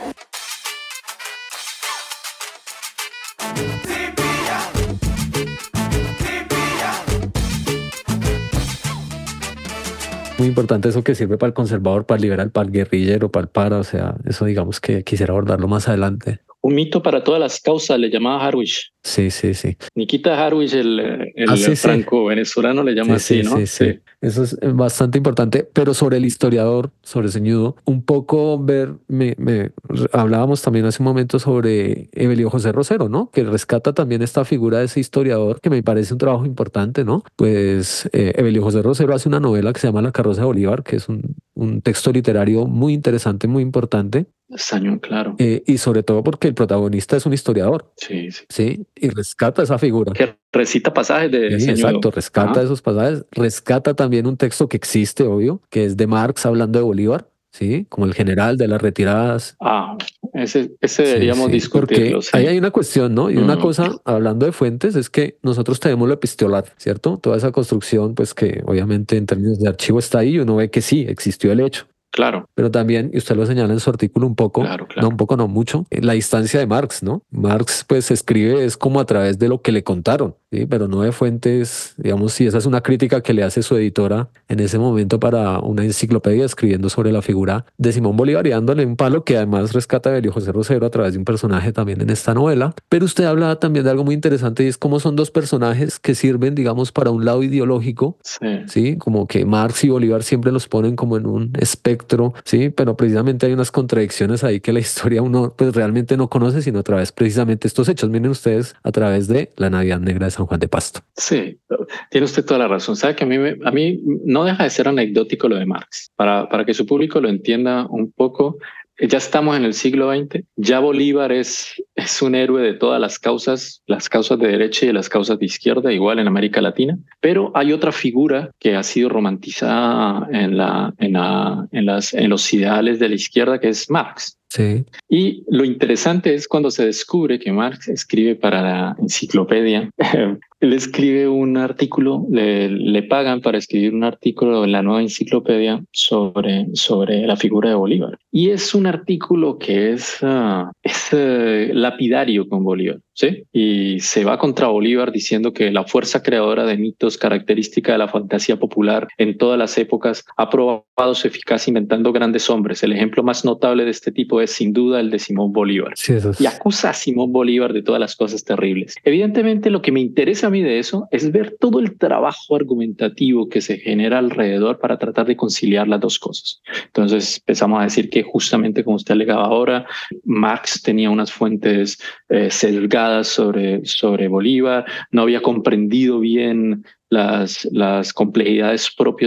Muy importante eso que sirve para el conservador, para el liberal, para el guerrillero, para el para, o sea, eso digamos que quisiera abordarlo más adelante. Un mito para todas las causas, le llamaba Harwich. Sí, sí, sí. Nikita Harwich, el, el Ah, sí, sí. franco-venezolano, le llama Sí, así, sí, ¿no? sí, sí. Eso es bastante importante. Pero sobre el historiador, sobre Sañudo, un poco ver, me, me hablábamos también hace un momento sobre Evelio José Rosero, ¿no? Que rescata también esta figura de ese historiador, que me parece un trabajo importante, ¿no? Pues eh, Evelio José Rosero hace una novela que se llama La carroza de Bolívar, que es un, un texto literario muy interesante, muy importante. Sañón, claro. Eh, y sobre todo porque el protagonista es un historiador. Sí, sí. Sí, y rescata esa figura. Que recita pasajes de Sí, Sañudo. exacto, rescata Ah. esos pasajes, rescata también un texto que existe, obvio, que es de Marx hablando de Bolívar, ¿sí? Como el general de las retiradas. Ah, ese, ese deberíamos Sí, sí, discutirlo. porque Sí. ahí hay una cuestión, ¿no? Y una Mm. cosa, hablando de fuentes, es que nosotros tenemos lo epistolar, ¿cierto? Toda esa construcción, pues que obviamente en términos de archivo está ahí y uno ve que sí, existió el hecho. Claro. Pero también, y usted lo señala en su artículo un poco, Claro, claro. no un poco, no mucho, la distancia de Marx, ¿no? Marx pues escribe es como a través de lo que le contaron, ¿sí? Pero no de fuentes, digamos, si esa es una crítica que le hace su editora en ese momento para una enciclopedia escribiendo sobre la figura de Simón Bolívar y dándole un palo que además rescata a Evelio José Rosero a través de un personaje también en esta novela. Pero usted habla también de algo muy interesante y es cómo son dos personajes que sirven, digamos, para un lado ideológico, Sí. ¿sí? Como que Marx y Bolívar siempre los ponen como en un espectro, ¿sí? Pero precisamente hay unas contradicciones ahí que la historia uno pues realmente no conoce, sino a través precisamente de estos hechos. Miren ustedes a través de la Navidad Negra de San Juan de Pasto. Sí, tiene usted toda la razón. Sabe que a mí, me, a mí no deja de ser anecdótico lo de Marx. Para, para que su público lo entienda un poco, ya estamos en el siglo veinte, ya Bolívar es, es un héroe de todas las causas, las causas de derecha y las causas de izquierda, igual en América Latina, pero hay otra figura que ha sido romantizada en, la, en, la, en, las, en los ideales de la izquierda, que es Marx. Sí. Y lo interesante es cuando se descubre que Marx escribe para la enciclopedia. Él escribe un artículo, le, le pagan para escribir un artículo en la nueva enciclopedia sobre, sobre la figura de Bolívar. Y es un artículo que es, uh, es uh, lapidario con Bolívar, ¿sí? Y se va contra Bolívar diciendo que la fuerza creadora de mitos característica de la fantasía popular en todas las épocas ha probado su eficacia inventando grandes hombres. El ejemplo más notable de este tipo es sin duda el de Simón Bolívar. Sí, eso es. Y acusa a Simón Bolívar de todas las cosas terribles. Evidentemente lo que me interesa a mí de eso es ver todo el trabajo argumentativo que se genera alrededor para tratar de conciliar las dos cosas. Entonces empezamos a decir que justamente como usted alegaba ahora, Marx tenía unas fuentes eh, sesgadas sobre, sobre Bolívar, no había comprendido bien las, las complejidades propias de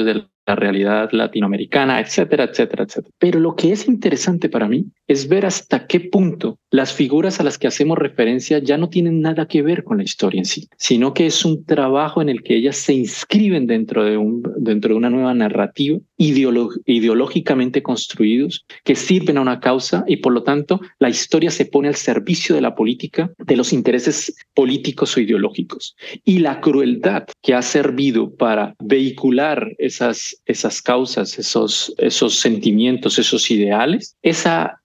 la realidad latinoamericana, etcétera, etcétera, etcétera. Pero lo que es interesante para mí es ver hasta qué punto las figuras a las que hacemos referencia ya no tienen nada que ver con la historia en sí, sino que es un trabajo en el que ellas se inscriben dentro de, un, dentro de una nueva narrativa ideolo ideológicamente construidos que sirven a una causa y por lo tanto la historia se pone al servicio de la política, de los intereses políticos o ideológicos. Y la crueldad que ha servido para vehicular esas, esas causas, esos, esos sentimientos, esos ideales, esa,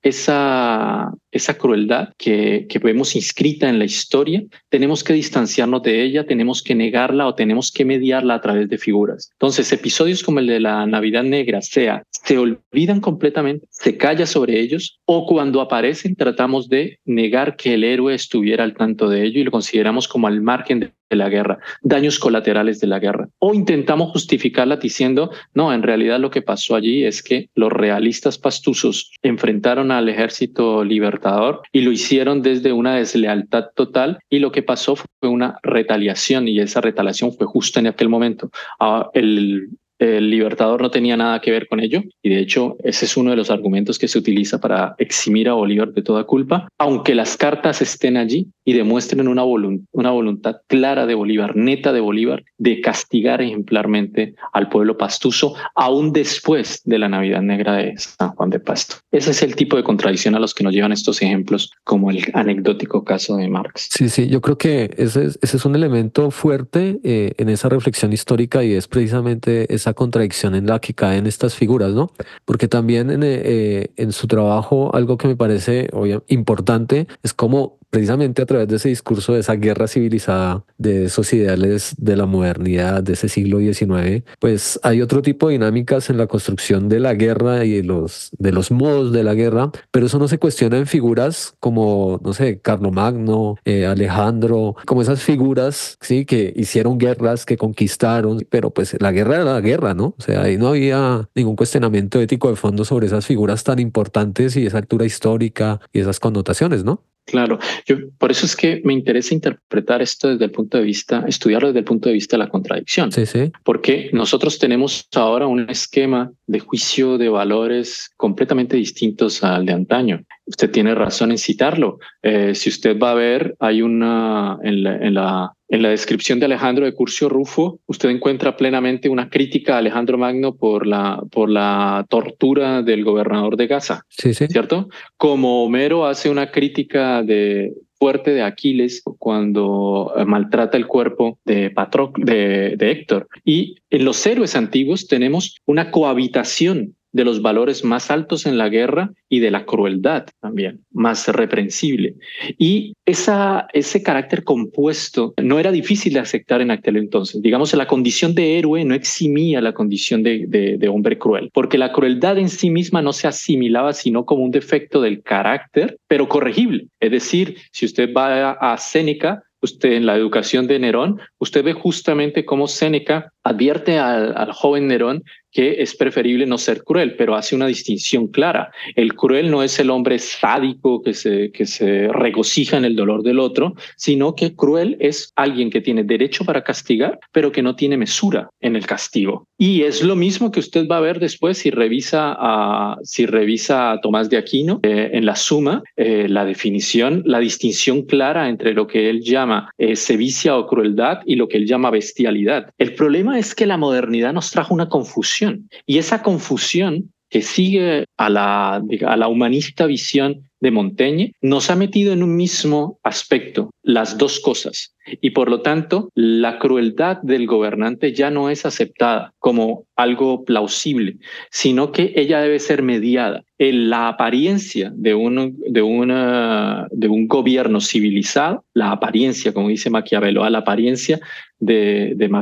esa, esa crueldad que, que vemos inscrita en la historia, tenemos que distanciarnos de ella, tenemos que negarla o tenemos que mediarla a través de figuras. Entonces, episodios como el de la Navidad Negra, sea, se olvidan completamente, se calla sobre ellos, o cuando aparecen tratamos de negar que el héroe estuviera al tanto de ello y lo consideramos como al margen de de la guerra, daños colaterales de la guerra. O intentamos justificarla diciendo, no, en realidad lo que pasó allí es que los realistas pastusos enfrentaron al ejército libertador y lo hicieron desde una deslealtad total y lo que pasó fue una retaliación y esa retaliación fue justo en aquel momento. Ah, el El Libertador no tenía nada que ver con ello y de hecho ese es uno de los argumentos que se utiliza para eximir a Bolívar de toda culpa, aunque las cartas estén allí y demuestren una, volunt una voluntad clara de Bolívar, neta de Bolívar, de castigar ejemplarmente al pueblo pastuso aún después de la Navidad Negra de San Juan de Pasto. Ese es el tipo de contradicción a los que nos llevan estos ejemplos, como el anecdótico caso de Marx. Sí, sí, yo creo que ese es, ese es un elemento fuerte eh, en esa reflexión histórica y es precisamente esa contradicción en la que caen estas figuras, ¿no? Porque también en, eh, en su trabajo algo que me parece obvio, importante es cómo precisamente a través de ese discurso de esa guerra civilizada, de esos ideales de la modernidad, de ese siglo diecinueve, pues hay otro tipo de dinámicas en la construcción de la guerra y de los, de los modos de la guerra, pero eso no se cuestiona en figuras como, no sé, Carlomagno, eh, Alejandro, como esas figuras, sí, que hicieron guerras, que conquistaron, pero pues la guerra era la guerra, ¿no? O sea, ahí no había ningún cuestionamiento ético de fondo sobre esas figuras tan importantes y esa altura histórica y esas connotaciones, ¿no? Claro, yo por eso es que me interesa interpretar esto desde el punto de vista, estudiarlo desde el punto de vista de la contradicción. Sí, sí. Porque nosotros tenemos ahora un esquema de juicio de valores completamente distintos al de antaño. Usted tiene razón en citarlo. Eh, si usted va a ver, hay una en la, en la En la descripción de Alejandro de Curcio Rufo, usted encuentra plenamente una crítica a Alejandro Magno por la, por la tortura del gobernador de Gaza, sí, sí. ¿cierto? Como Homero hace una crítica de, fuerte de Aquiles cuando maltrata el cuerpo de, Patroc de, de Héctor. Y en los héroes antiguos tenemos una cohabitación de los valores más altos en la guerra y de la crueldad también, más reprensible. Y esa, ese carácter compuesto no era difícil de aceptar en aquel entonces. Digamos, la condición de héroe no eximía la condición de, de, de hombre cruel, porque la crueldad en sí misma no se asimilaba sino como un defecto del carácter, pero corregible. Es decir, si usted va a, a Séneca, usted en la educación de Nerón, usted ve justamente cómo Séneca advierte al, al joven Nerón que es preferible no ser cruel, pero hace una distinción clara. El cruel no es el hombre sádico que se, que se regocija en el dolor del otro, sino que cruel es alguien que tiene derecho para castigar, pero que no tiene mesura en el castigo. Y es lo mismo que usted va a ver después si revisa a, si revisa a Tomás de Aquino eh, en la Suma, eh, la definición, la distinción clara entre lo que él llama eh, sevicia o crueldad y lo que él llama bestialidad. El problema es que la modernidad nos trajo una confusión y esa confusión que sigue a la, a la humanista visión de Montaigne nos ha metido en un mismo aspecto las dos cosas y por lo tanto la crueldad del gobernante ya no es aceptada como algo plausible, sino que ella debe ser mediada. En la apariencia de un, de, una, de un gobierno civilizado, la apariencia, como dice Maquiavelo, la apariencia de, de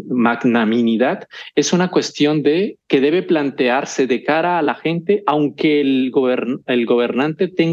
magnanimidad es una cuestión de que debe plantearse de cara a la gente, aunque el, gobern, el gobernante tenga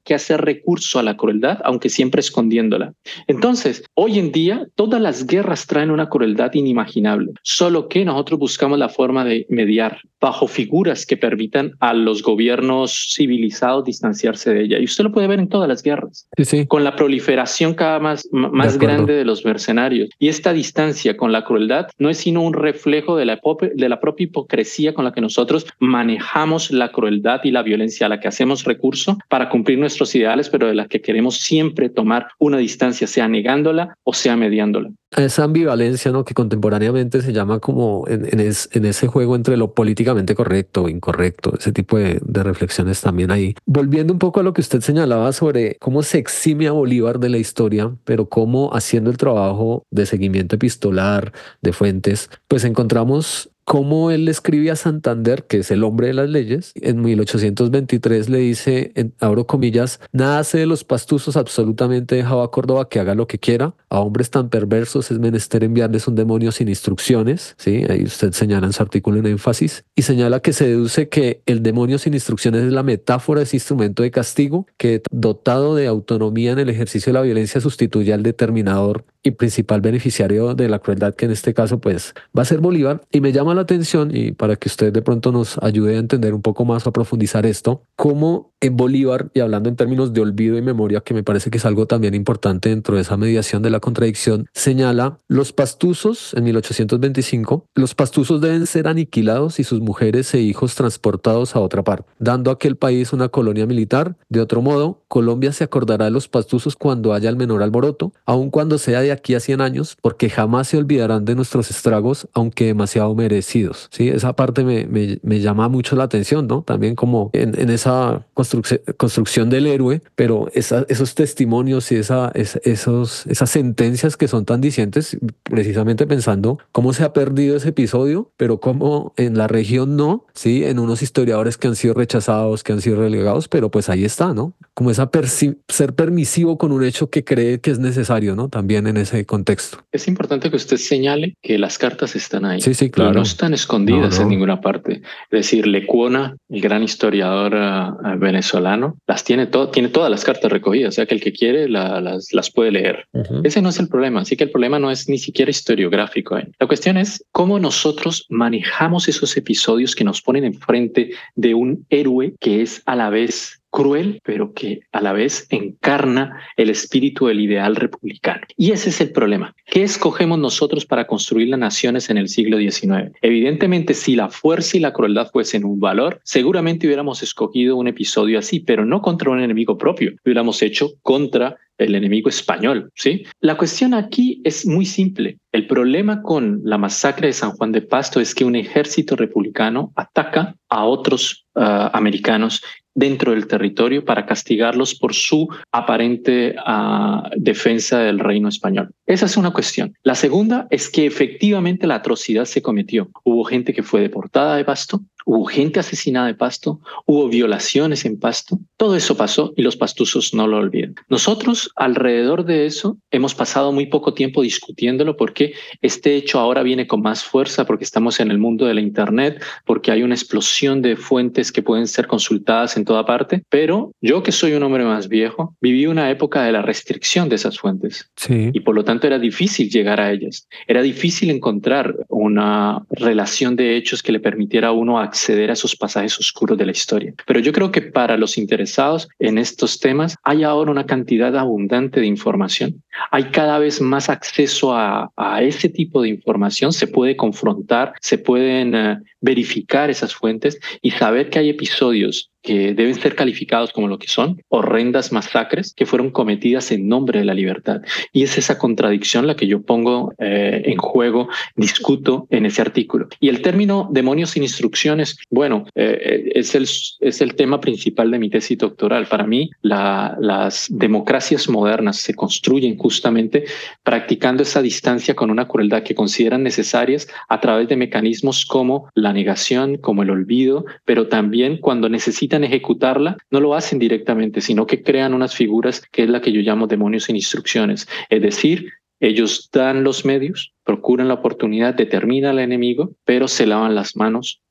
que hacer recurso a la crueldad, aunque siempre escondiéndola. Entonces, hoy en día, todas las guerras traen una crueldad inimaginable, solo que nosotros buscamos la forma de mediar bajo figuras que permitan a los gobiernos civilizados distanciarse de ella. Y usted lo puede ver en todas las guerras, Sí, sí. con la proliferación cada más, más De acuerdo. grande de los mercenarios. Y esta distancia con la crueldad no es sino un reflejo de la, de la propia hipocresía con la que nosotros manejamos la crueldad y la violencia, a la que hacemos recurso para cumplir nuestros ideales, pero de la que queremos siempre tomar una distancia, sea negándola o sea mediándola. Esa ambivalencia, ¿no?, que contemporáneamente se llama como en, en, es, en ese juego entre lo políticamente correcto o incorrecto, ese tipo de, de reflexiones también ahí. Volviendo un poco a lo que usted señalaba sobre cómo se exime a Bolívar de la historia, pero cómo haciendo el trabajo de seguimiento epistolar, de fuentes, pues encontramos cómo él escribe a Santander, que es el hombre de las leyes. En mil ochocientos veintitrés le dice, en, abro comillas, nada hace de los pastuzos, absolutamente dejado a Córdoba que haga lo que quiera. A hombres tan perversos es menester enviarles un demonio sin instrucciones. ¿Sí? Ahí usted señala en su artículo en énfasis y señala que se deduce que el demonio sin instrucciones es la metáfora de ese instrumento de castigo que, dotado de autonomía en el ejercicio de la violencia, sustituye al determinador y principal beneficiario de la crueldad, que en este caso pues va a ser Bolívar. Y me llama la atención, y para que usted de pronto nos ayude a entender un poco más o a profundizar esto, cómo en Bolívar, y hablando en términos de olvido y memoria, que me parece que es algo también importante dentro de esa mediación de la contradicción, señala los pastuzos en mil ochocientos veinticinco, los pastuzos deben ser aniquilados y sus mujeres e hijos transportados a otra parte, dando a aquel país una colonia militar. De otro modo, Colombia se acordará de los pastuzos cuando haya el menor alboroto, aun cuando sea de aquí a cien años, porque jamás se olvidarán de nuestros estragos, aunque demasiado merecidos. Sí, esa parte me, me, me llama mucho la atención, ¿no? También como en, en esa construc construcción del héroe, pero esa, esos testimonios y esa, es, esos, esas sentencias que son tan dicientes, precisamente pensando cómo se ha perdido ese episodio, pero cómo en la región no, sí, en unos historiadores que han sido rechazados, que han sido relegados, pero pues ahí está, ¿no? Como esa ser permisivo con un hecho que cree que es necesario, ¿no? También en ese contexto. Es importante que usted señale que las cartas están ahí. Sí, sí, claro. Y no están escondidas no, no. en ninguna parte. Es decir, Lecuona, el gran historiador uh, venezolano, las tiene, to tiene todas las cartas recogidas, o sea que el que quiere la, las, las puede leer. Uh-huh. Ese no es el problema, así que el problema no es ni siquiera historiográfico. ¿eh? La cuestión es cómo nosotros manejamos esos episodios que nos ponen enfrente de un héroe que es a la vez cruel, pero que a la vez encarna el espíritu del ideal republicano. Y ese es el problema. ¿Qué escogemos nosotros para construir las naciones en el siglo diecinueve? Evidentemente, si la fuerza y la crueldad fuesen un valor, seguramente hubiéramos escogido un episodio así, pero no contra un enemigo propio. Lo hubiéramos hecho contra el enemigo español, ¿sí? La cuestión aquí es muy simple. El problema con la masacre de San Juan de Pasto es que un ejército republicano ataca a otros uh, americanos dentro del territorio para castigarlos por su aparente uh, defensa del reino español. Esa es una cuestión. La segunda es que efectivamente la atrocidad se cometió. Hubo gente que fue deportada de Pasto, hubo gente asesinada de Pasto, hubo violaciones en Pasto. Todo eso pasó y los pastuzos no lo olvidan. Nosotros alrededor de eso hemos pasado muy poco tiempo discutiéndolo porque este hecho ahora viene con más fuerza porque estamos en el mundo de la internet, porque hay una explosión de fuentes que pueden ser consultadas en toda parte. Pero yo, que soy un hombre más viejo, viví una época de la restricción de esas fuentes. Sí. Y por lo tanto era difícil llegar a ellas. Era difícil encontrar una relación de hechos que le permitiera a uno acceder a esos pasajes oscuros de la historia. Pero yo creo que para los interesados en estos temas hay ahora una cantidad abundante de información. Hay cada vez más acceso a, a ese tipo de información. Se puede confrontar, se pueden uh, verificar esas fuentes y saber que hay episodios que deben ser calificados como lo que son, horrendas masacres que fueron cometidas en nombre de la libertad. Y es esa contradicción la que yo pongo eh, en juego, discuto en ese artículo. Y el término demonios sin instrucciones, bueno, eh, es, el, es el tema principal de mi tesis doctoral. Para mí, la, las democracias modernas se construyen justamente practicando esa distancia con una crueldad que consideran necesarias a través de mecanismos como la negación, como el olvido, pero también cuando necesitan ejecutarla, no lo hacen directamente, sino que crean unas figuras que es la que yo llamo demonios sin instrucciones. Es decir, ellos dan los medios, procuran la oportunidad, determinan al enemigo, pero se lavan las manos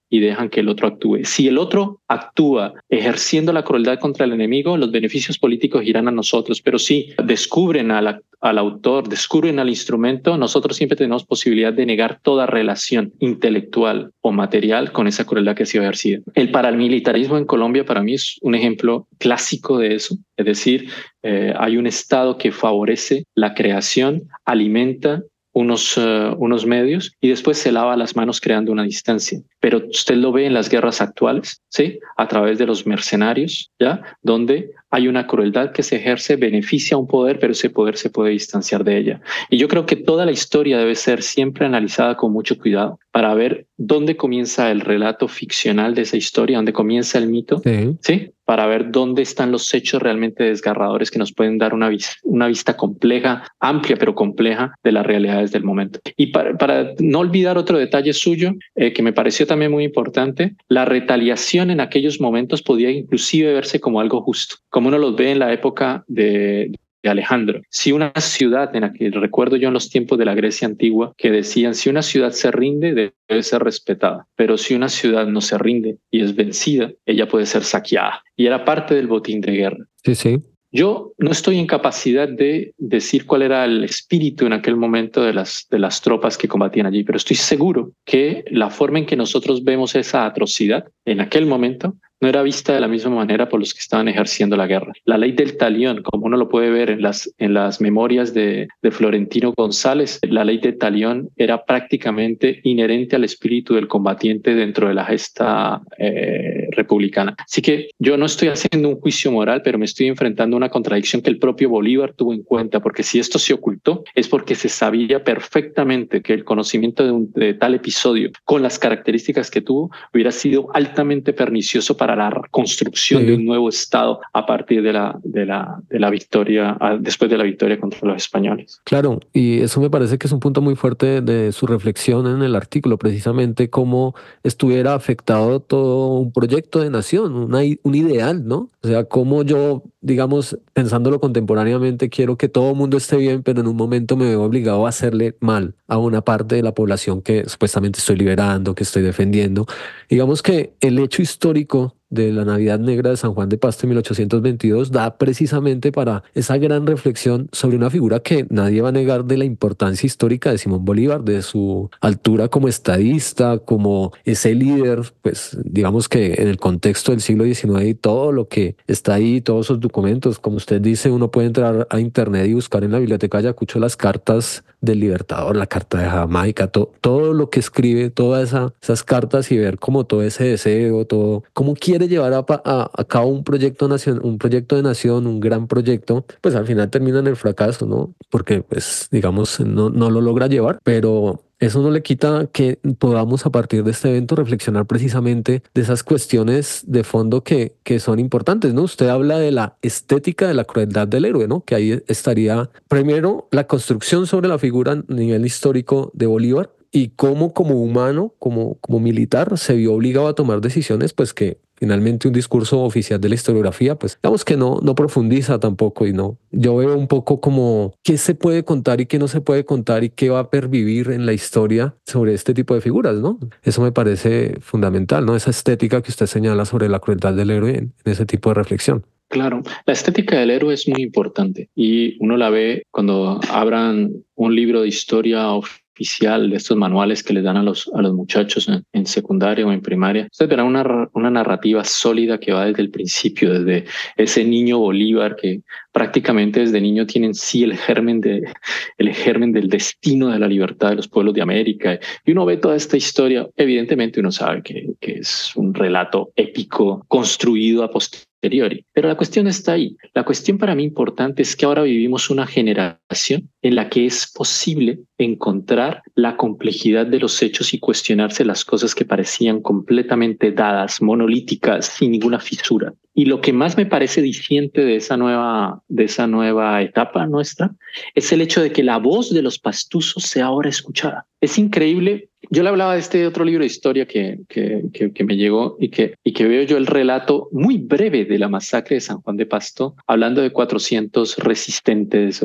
y dejan que el otro actúe. Si el otro actúa ejerciendo la crueldad contra el enemigo, los beneficios políticos irán a nosotros, pero si descubren a la al autor, descubren al instrumento, nosotros siempre tenemos posibilidad de negar toda relación intelectual o material con esa crueldad que ha sido ejercida. El paramilitarismo en Colombia para mí es un ejemplo clásico de eso, es decir, eh, hay un Estado que favorece la creación, alimenta unos, uh, unos medios y después se lava las manos creando una distancia. Pero usted lo ve en las guerras actuales, ¿sí? A través de los mercenarios, ¿ya? Donde hay una crueldad que se ejerce, beneficia a un poder, pero ese poder se puede distanciar de ella. Y yo creo que toda la historia debe ser siempre analizada con mucho cuidado para ver dónde comienza el relato ficcional de esa historia, dónde comienza el mito, ¿sí? ¿Sí? Para ver dónde están los hechos realmente desgarradores que nos pueden dar una, vis una vista compleja, amplia pero compleja de las realidades del momento. Y para, para no olvidar otro detalle suyo, eh, que me pareció también muy importante, la retaliación en aquellos momentos podía inclusive verse como algo justo, como uno los ve en la época de... de Alejandro. Si una ciudad, en la que recuerdo yo en los tiempos de la Grecia antigua, que decían si una ciudad se rinde debe ser respetada, pero si una ciudad no se rinde y es vencida, ella puede ser saqueada. Y era parte del botín de guerra. Sí, sí. Yo no estoy en capacidad de decir cuál era el espíritu en aquel momento de las, de las tropas que combatían allí, pero estoy seguro que la forma en que nosotros vemos esa atrocidad en aquel momento no era vista de la misma manera por los que estaban ejerciendo la guerra. La ley del talión, como uno lo puede ver en las, en las memorias de, de Florentino González, la ley del talión era prácticamente inherente al espíritu del combatiente dentro de la gesta eh, republicana. Así que yo no estoy haciendo un juicio moral, pero me estoy enfrentando a una contradicción que el propio Bolívar tuvo en cuenta, porque si esto se ocultó es porque se sabía perfectamente que el conocimiento de, un, de tal episodio, con las características que tuvo, hubiera sido altamente pernicioso para la construcción sí. de un nuevo Estado a partir de la, de la, de la victoria, después de la victoria contra los españoles. Claro, y eso me parece que es un punto muy fuerte de su reflexión en el artículo, precisamente cómo estuviera afectado todo un proyecto de nación, una, un ideal, ¿no? O sea, cómo yo, digamos, pensándolo contemporáneamente, quiero que todo el mundo esté bien, pero en un momento me veo obligado a hacerle mal a una parte de la población que supuestamente estoy liberando, que estoy defendiendo. Digamos que el hecho histórico de la Navidad Negra de San Juan de Pasto en mil ochocientos veintidós da precisamente para esa gran reflexión sobre una figura que nadie va a negar de la importancia histórica de Simón Bolívar, de su altura como estadista, como ese líder, pues digamos que en el contexto del siglo diecinueve y todo lo que está ahí, todos esos documentos, como usted dice, uno puede entrar a internet y buscar en la Biblioteca de Ayacucho las cartas del Libertador, la carta de Jamaica, to, todo lo que escribe, todas esa, esas cartas y ver como todo ese deseo, todo, cómo quiere llevar a, a, a cabo un proyecto, nacion, un proyecto de nación, un gran proyecto, pues al final termina en el fracaso, ¿no? Porque pues digamos no, no lo logra llevar, pero eso no le quita que podamos a partir de este evento reflexionar precisamente de esas cuestiones de fondo que, que son importantes, ¿no? Usted habla de la estética de la crueldad del héroe, ¿no? Que ahí estaría primero la construcción sobre la figura a nivel histórico de Bolívar y cómo como humano, como, como militar, se vio obligado a tomar decisiones pues que finalmente un discurso oficial de la historiografía, pues digamos que no, no profundiza tampoco y no. Yo veo un poco como qué se puede contar y qué no se puede contar y qué va a pervivir en la historia sobre este tipo de figuras, ¿no? Eso me parece fundamental, ¿no? Esa estética que usted señala sobre la crueldad del héroe en, en ese tipo de reflexión. Claro, la estética del héroe es muy importante y uno la ve cuando abran un libro de historia oficial de estos manuales que les dan a los, a los muchachos en, en secundaria o en primaria. Ustedes verán una, una narrativa sólida que va desde el principio, desde ese niño Bolívar que prácticamente desde niño tiene en sí el germen, de, el germen del destino de la libertad de los pueblos de América. Y uno ve toda esta historia, evidentemente uno sabe que, que es un relato épico construido a posteriori. Pero la cuestión está ahí. La cuestión para mí importante es que ahora vivimos una generación en la que es posible encontrar la complejidad de los hechos y cuestionarse las cosas que parecían completamente dadas, monolíticas, sin ninguna fisura. Y lo que más me parece diciente de esa nueva, de esa nueva etapa nuestra es el hecho de que la voz de los pastusos sea ahora escuchada. Es increíble. Yo le hablaba de este otro libro de historia que, que, que, que me llegó y que, y que veo yo el relato muy breve de la masacre de San Juan de Pasto, hablando de cuatrocientos resistentes o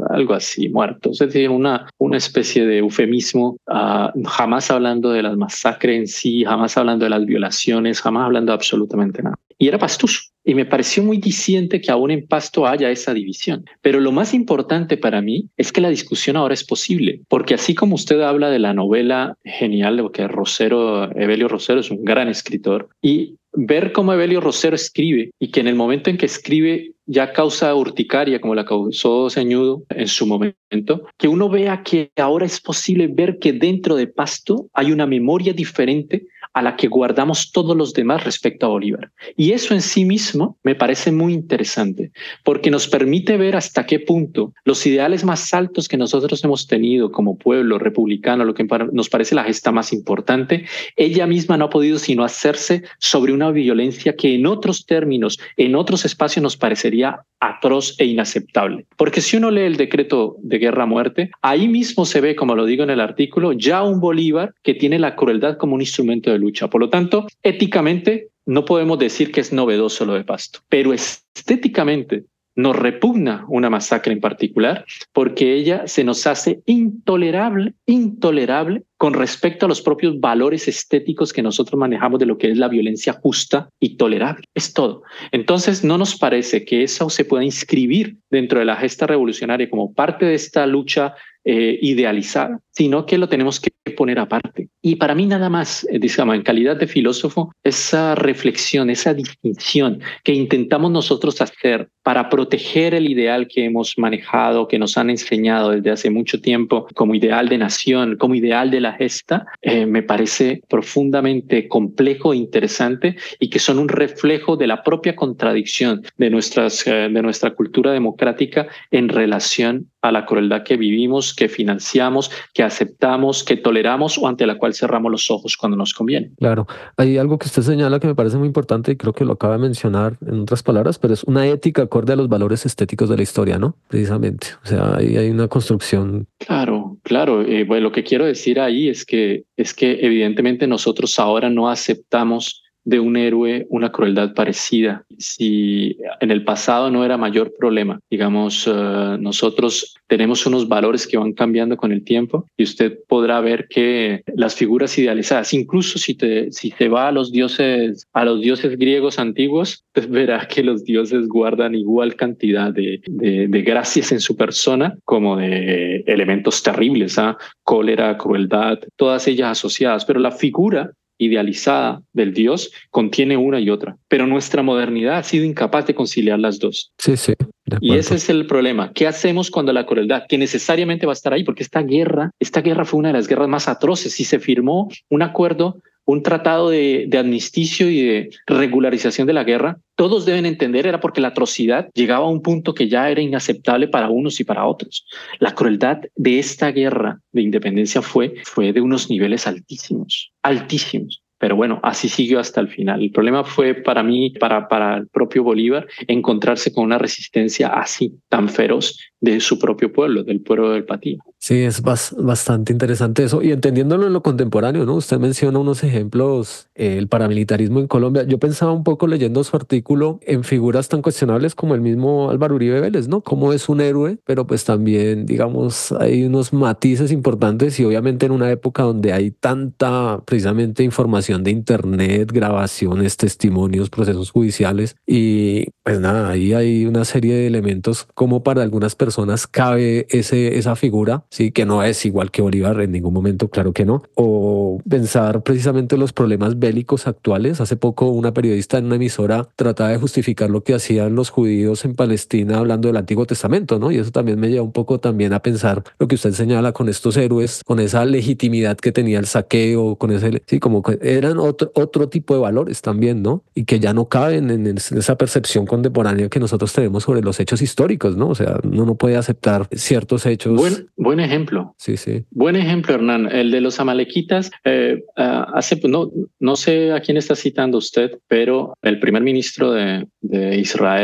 algo así, muertos. Es decir, una, una especie de eufemismo, uh, jamás hablando de las masacres en sí, jamás hablando de las violaciones, jamás hablando de absolutamente nada. Y era pastuso. Y me pareció muy diciente que aún en Pasto haya esa división. Pero lo más importante para mí es que la discusión ahora es posible, porque así como usted habla de la novela genial, que Rosero, Evelio Rosero es un gran escritor, y ver cómo Evelio Rosero escribe y que en el momento en que escribe ya causa urticaria, como la causó Ceñudo en su momento, que uno vea que ahora es posible ver que dentro de Pasto hay una memoria diferente a la que guardamos todos los demás respecto a Bolívar. Y eso en sí mismo me parece muy interesante, porque nos permite ver hasta qué punto los ideales más altos que nosotros hemos tenido como pueblo republicano, lo que nos parece la gesta más importante, ella misma no ha podido sino hacerse sobre una violencia que en otros términos, en otros espacios nos parecería atroz e inaceptable. Porque si uno lee el decreto de guerra a muerte, ahí mismo se ve, como lo digo en el artículo, ya un Bolívar que tiene la crueldad como un instrumento de lucha. Por lo tanto, éticamente no podemos decir que es novedoso lo de Pasto, pero estéticamente nos repugna una masacre en particular porque ella se nos hace intolerable, intolerable con respecto a los propios valores estéticos que nosotros manejamos de lo que es la violencia justa y tolerable. Es todo. Entonces, no nos parece que eso se pueda inscribir dentro de la gesta revolucionaria como parte de esta lucha eh, idealizada, sino que lo tenemos que poner aparte. Y para mí nada más, eh, digamos, en calidad de filósofo, esa reflexión, esa distinción que intentamos nosotros hacer para proteger el ideal que hemos manejado, que nos han enseñado desde hace mucho tiempo como ideal de nación, como ideal de la gesta, eh, me parece profundamente complejo e interesante y que son un reflejo de la propia contradicción de, nuestras, eh, de nuestra cultura democrática en relación a la crueldad que vivimos, que financiamos, que aceptamos, que toleramos o ante la cual cerramos los ojos cuando nos conviene. Claro, hay algo que usted señala que me parece muy importante y creo que lo acaba de mencionar en otras palabras, pero es una ética acorde a los valores estéticos de la historia, ¿no? Precisamente, o sea, ahí hay una construcción. Claro, claro. Eh, bueno, lo que quiero decir ahí es que, es que evidentemente nosotros ahora no aceptamos de un héroe una crueldad parecida. Si en el pasado no era mayor problema, digamos, uh, nosotros tenemos unos valores que van cambiando con el tiempo y usted podrá ver que las figuras idealizadas, incluso si te, si te va a los dioses, a los dioses griegos antiguos, pues verá que los dioses guardan igual cantidad de, de, de gracias en su persona como de elementos terribles, ¿eh? Cólera, crueldad, todas ellas asociadas, pero la figura idealizada del Dios contiene una y otra, pero nuestra modernidad ha sido incapaz de conciliar las dos. Sí, sí. Y ese es el problema. ¿Qué hacemos cuando la crueldad, que necesariamente va a estar ahí? Porque esta guerra, esta guerra fue una de las guerras más atroces y se firmó un acuerdo, un tratado de, de amnisticio y de regularización de la guerra. Todos deben entender, era porque la atrocidad llegaba a un punto que ya era inaceptable para unos y para otros. La crueldad de esta guerra de independencia fue, fue de unos niveles altísimos, altísimos. Pero bueno, así siguió hasta el final. El problema fue para mí, para, para el propio Bolívar, encontrarse con una resistencia así, tan feroz de su propio pueblo, del pueblo del Patía. Sí, es bas- bastante interesante eso. Y entendiéndolo en lo contemporáneo, ¿no? Usted menciona unos ejemplos, eh, el paramilitarismo en Colombia. Yo pensaba un poco leyendo su artículo en figuras tan cuestionables como el mismo Álvaro Uribe Vélez, ¿no? Como es un héroe, pero pues también, digamos, hay unos matices importantes y obviamente en una época donde hay tanta, precisamente, información de internet, grabaciones, testimonios, procesos judiciales y pues nada, ahí hay una serie de elementos como para algunas personas cabe ese, esa figura, sí, que no es igual que Bolívar en ningún momento, claro que no, o pensar precisamente los problemas bélicos actuales. Hace poco una periodista en una emisora trataba de justificar lo que hacían los judíos en Palestina hablando del Antiguo Testamento, ¿no? Y eso también me lleva un poco también a pensar lo que usted señala con estos héroes, con esa legitimidad que tenía el saqueo, con ese, sí, como que eran otro, otro tipo de valores también, ¿no? Y que ya no caben en, en esa percepción contemporánea que nosotros tenemos sobre los hechos históricos, ¿no? O sea, uno no puede aceptar ciertos hechos. Buen, buen ejemplo. Sí, sí. Buen ejemplo, Hernán. El de los amalequitas. Eh, uh, hace, no, no sé a quién está citando usted, pero el primer ministro de, de Israel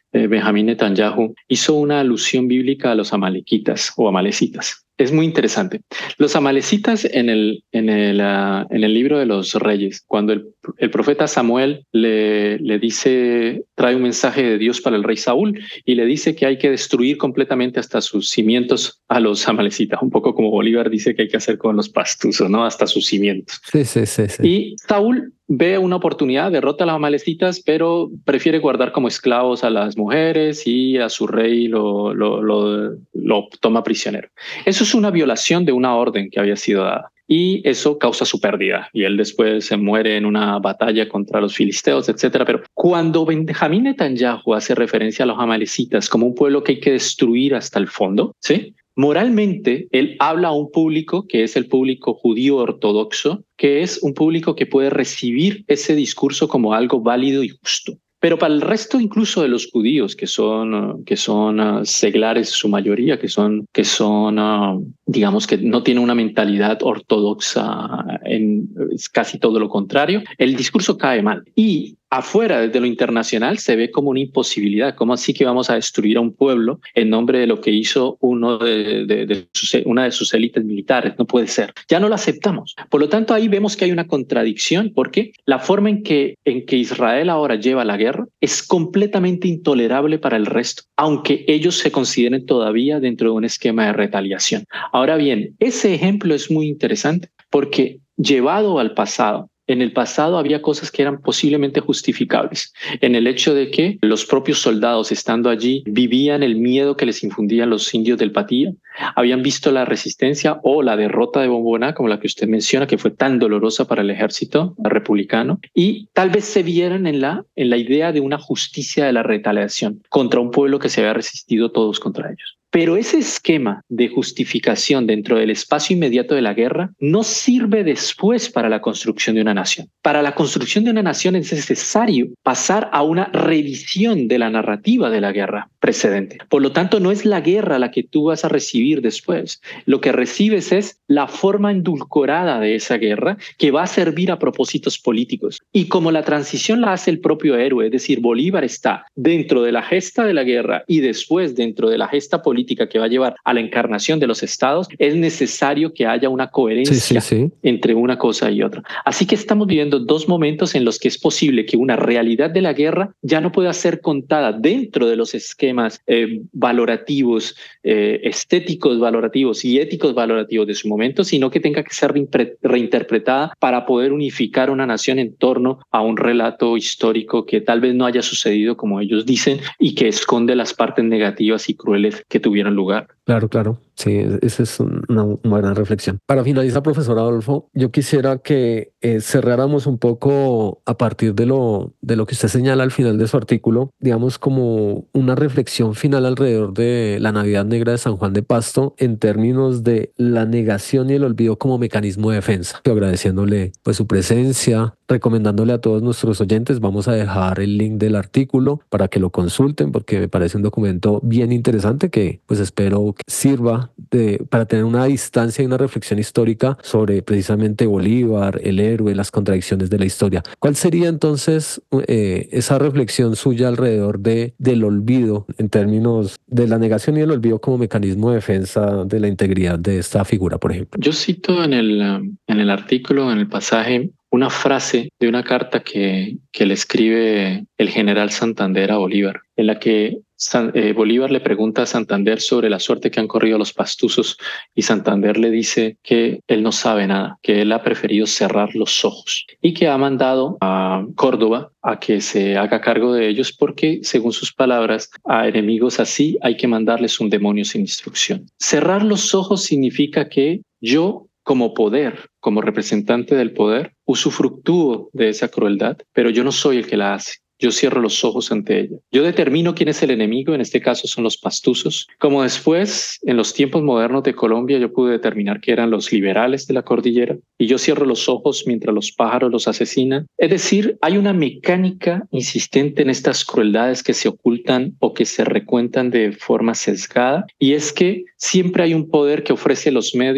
eh, Benjamín Netanyahu hizo una alusión bíblica a los amalequitas o amalecitas. Es muy interesante. Los amalecitas en el, en el, uh, en el libro de los Reyes, cuando el, el profeta Samuel le, le dice, trae un mensaje de Dios para el rey Saúl y le dice que hay que destruir completamente hasta sus cimientos a los amalecitas, un poco como Bolívar dice que hay que hacer con los pastusos, ¿no? Hasta sus cimientos. Sí, sí, sí, sí. Y Saúl ve una oportunidad, derrota a los amalecitas, pero prefiere guardar como esclavos a las mujeres y a su rey lo, lo, lo, lo toma prisionero. Eso es una violación de una orden que había sido dada y eso causa su pérdida y él después se muere en una batalla contra los filisteos, etcétera. Pero cuando Benjamín Netanyahu hace referencia a los amalecitas como un pueblo que hay que destruir hasta el fondo, ¿sí? Moralmente, él habla a un público que es el público judío ortodoxo, que es un público que puede recibir ese discurso como algo válido y justo. Pero para el resto incluso de los judíos, que son, que son uh, seglares su mayoría, que son, que son uh, digamos que no tienen una mentalidad ortodoxa, en, es casi todo lo contrario, el discurso cae mal. Y afuera, desde lo internacional, se ve como una imposibilidad. ¿Cómo así que vamos a destruir a un pueblo en nombre de lo que hizo uno de, de, de sus, una de sus élites militares? No puede ser. Ya no lo aceptamos. Por lo tanto, ahí vemos que hay una contradicción porque la forma en que, en que Israel ahora lleva la guerra es completamente intolerable para el resto, aunque ellos se consideren todavía dentro de un esquema de retaliación. Ahora bien, ese ejemplo es muy interesante porque llevado al pasado, en el pasado había cosas que eran posiblemente justificables, en el hecho de que los propios soldados estando allí vivían el miedo que les infundían los indios del Patía, habían visto la resistencia o la derrota de Bomboná, como la que usted menciona, que fue tan dolorosa para el ejército republicano, y tal vez se vieran en la, en la idea de una justicia de la retaliación contra un pueblo que se había resistido todos contra ellos. Pero ese esquema de justificación dentro del espacio inmediato de la guerra no sirve después para la construcción de una nación. Para la construcción de una nación es necesario pasar a una revisión de la narrativa de la guerra precedente. Por lo tanto, no es la guerra la que tú vas a recibir después. Lo que recibes es la forma endulcorada de esa guerra que va a servir a propósitos políticos. Y como la transición la hace el propio héroe, es decir, Bolívar está dentro de la gesta de la guerra y después dentro de la gesta política que va a llevar a la encarnación de los estados, es necesario que haya una coherencia sí, sí, sí. entre una cosa y otra. Así que estamos viviendo dos momentos en los que es posible que una realidad de la guerra ya no pueda ser contada dentro de los esquemas eh, valorativos, eh, estéticos valorativos y éticos valorativos de su momento, sino que tenga que ser reinterpretada para poder unificar una nación en torno a un relato histórico que tal vez no haya sucedido como ellos dicen y que esconde las partes negativas y crueles que tuvieron lugar. Claro, claro. Sí, esa es una, una gran reflexión. Para finalizar, profesor Adolfo, yo quisiera que eh, cerráramos un poco a partir de lo, de lo que usted señala al final de su artículo, digamos como una reflexión final alrededor de la Navidad Negra de San Juan de Pasto en términos de la negación y el olvido como mecanismo de defensa. Agradeciéndole pues su presencia, recomendándole a todos nuestros oyentes, vamos a dejar el link del artículo para que lo consulten porque me parece un documento bien interesante que pues espero que sirva de, para tener una distancia y una reflexión histórica sobre precisamente Bolívar, el héroe, las contradicciones de la historia. ¿Cuál sería entonces eh, esa reflexión suya alrededor de, del olvido en términos de la negación y el olvido como mecanismo de defensa de la integridad de esta figura, por ejemplo? Yo cito en el, en el artículo, en el pasaje, una frase de una carta que, que le escribe el general Santander a Bolívar, en la que San, eh, Bolívar le pregunta a Santander sobre la suerte que han corrido los pastusos y Santander le dice que él no sabe nada, que él ha preferido cerrar los ojos y que ha mandado a Córdoba a que se haga cargo de ellos porque, según sus palabras, a enemigos así hay que mandarles un demonio sin instrucción. Cerrar los ojos significa que yo, como poder, como representante del poder, usufructúo de esa crueldad, pero yo no soy el que la hace. Yo cierro los ojos ante ella. Yo determino quién es el enemigo, en este caso son los pastusos. Como después, en los tiempos modernos de Colombia, yo pude determinar que eran los liberales de la cordillera y yo cierro los ojos mientras los pájaros los asesinan. Es decir, hay una mecánica insistente en estas crueldades que se ocultan o que se recuentan de forma sesgada y es que siempre hay un poder que ofrece los medios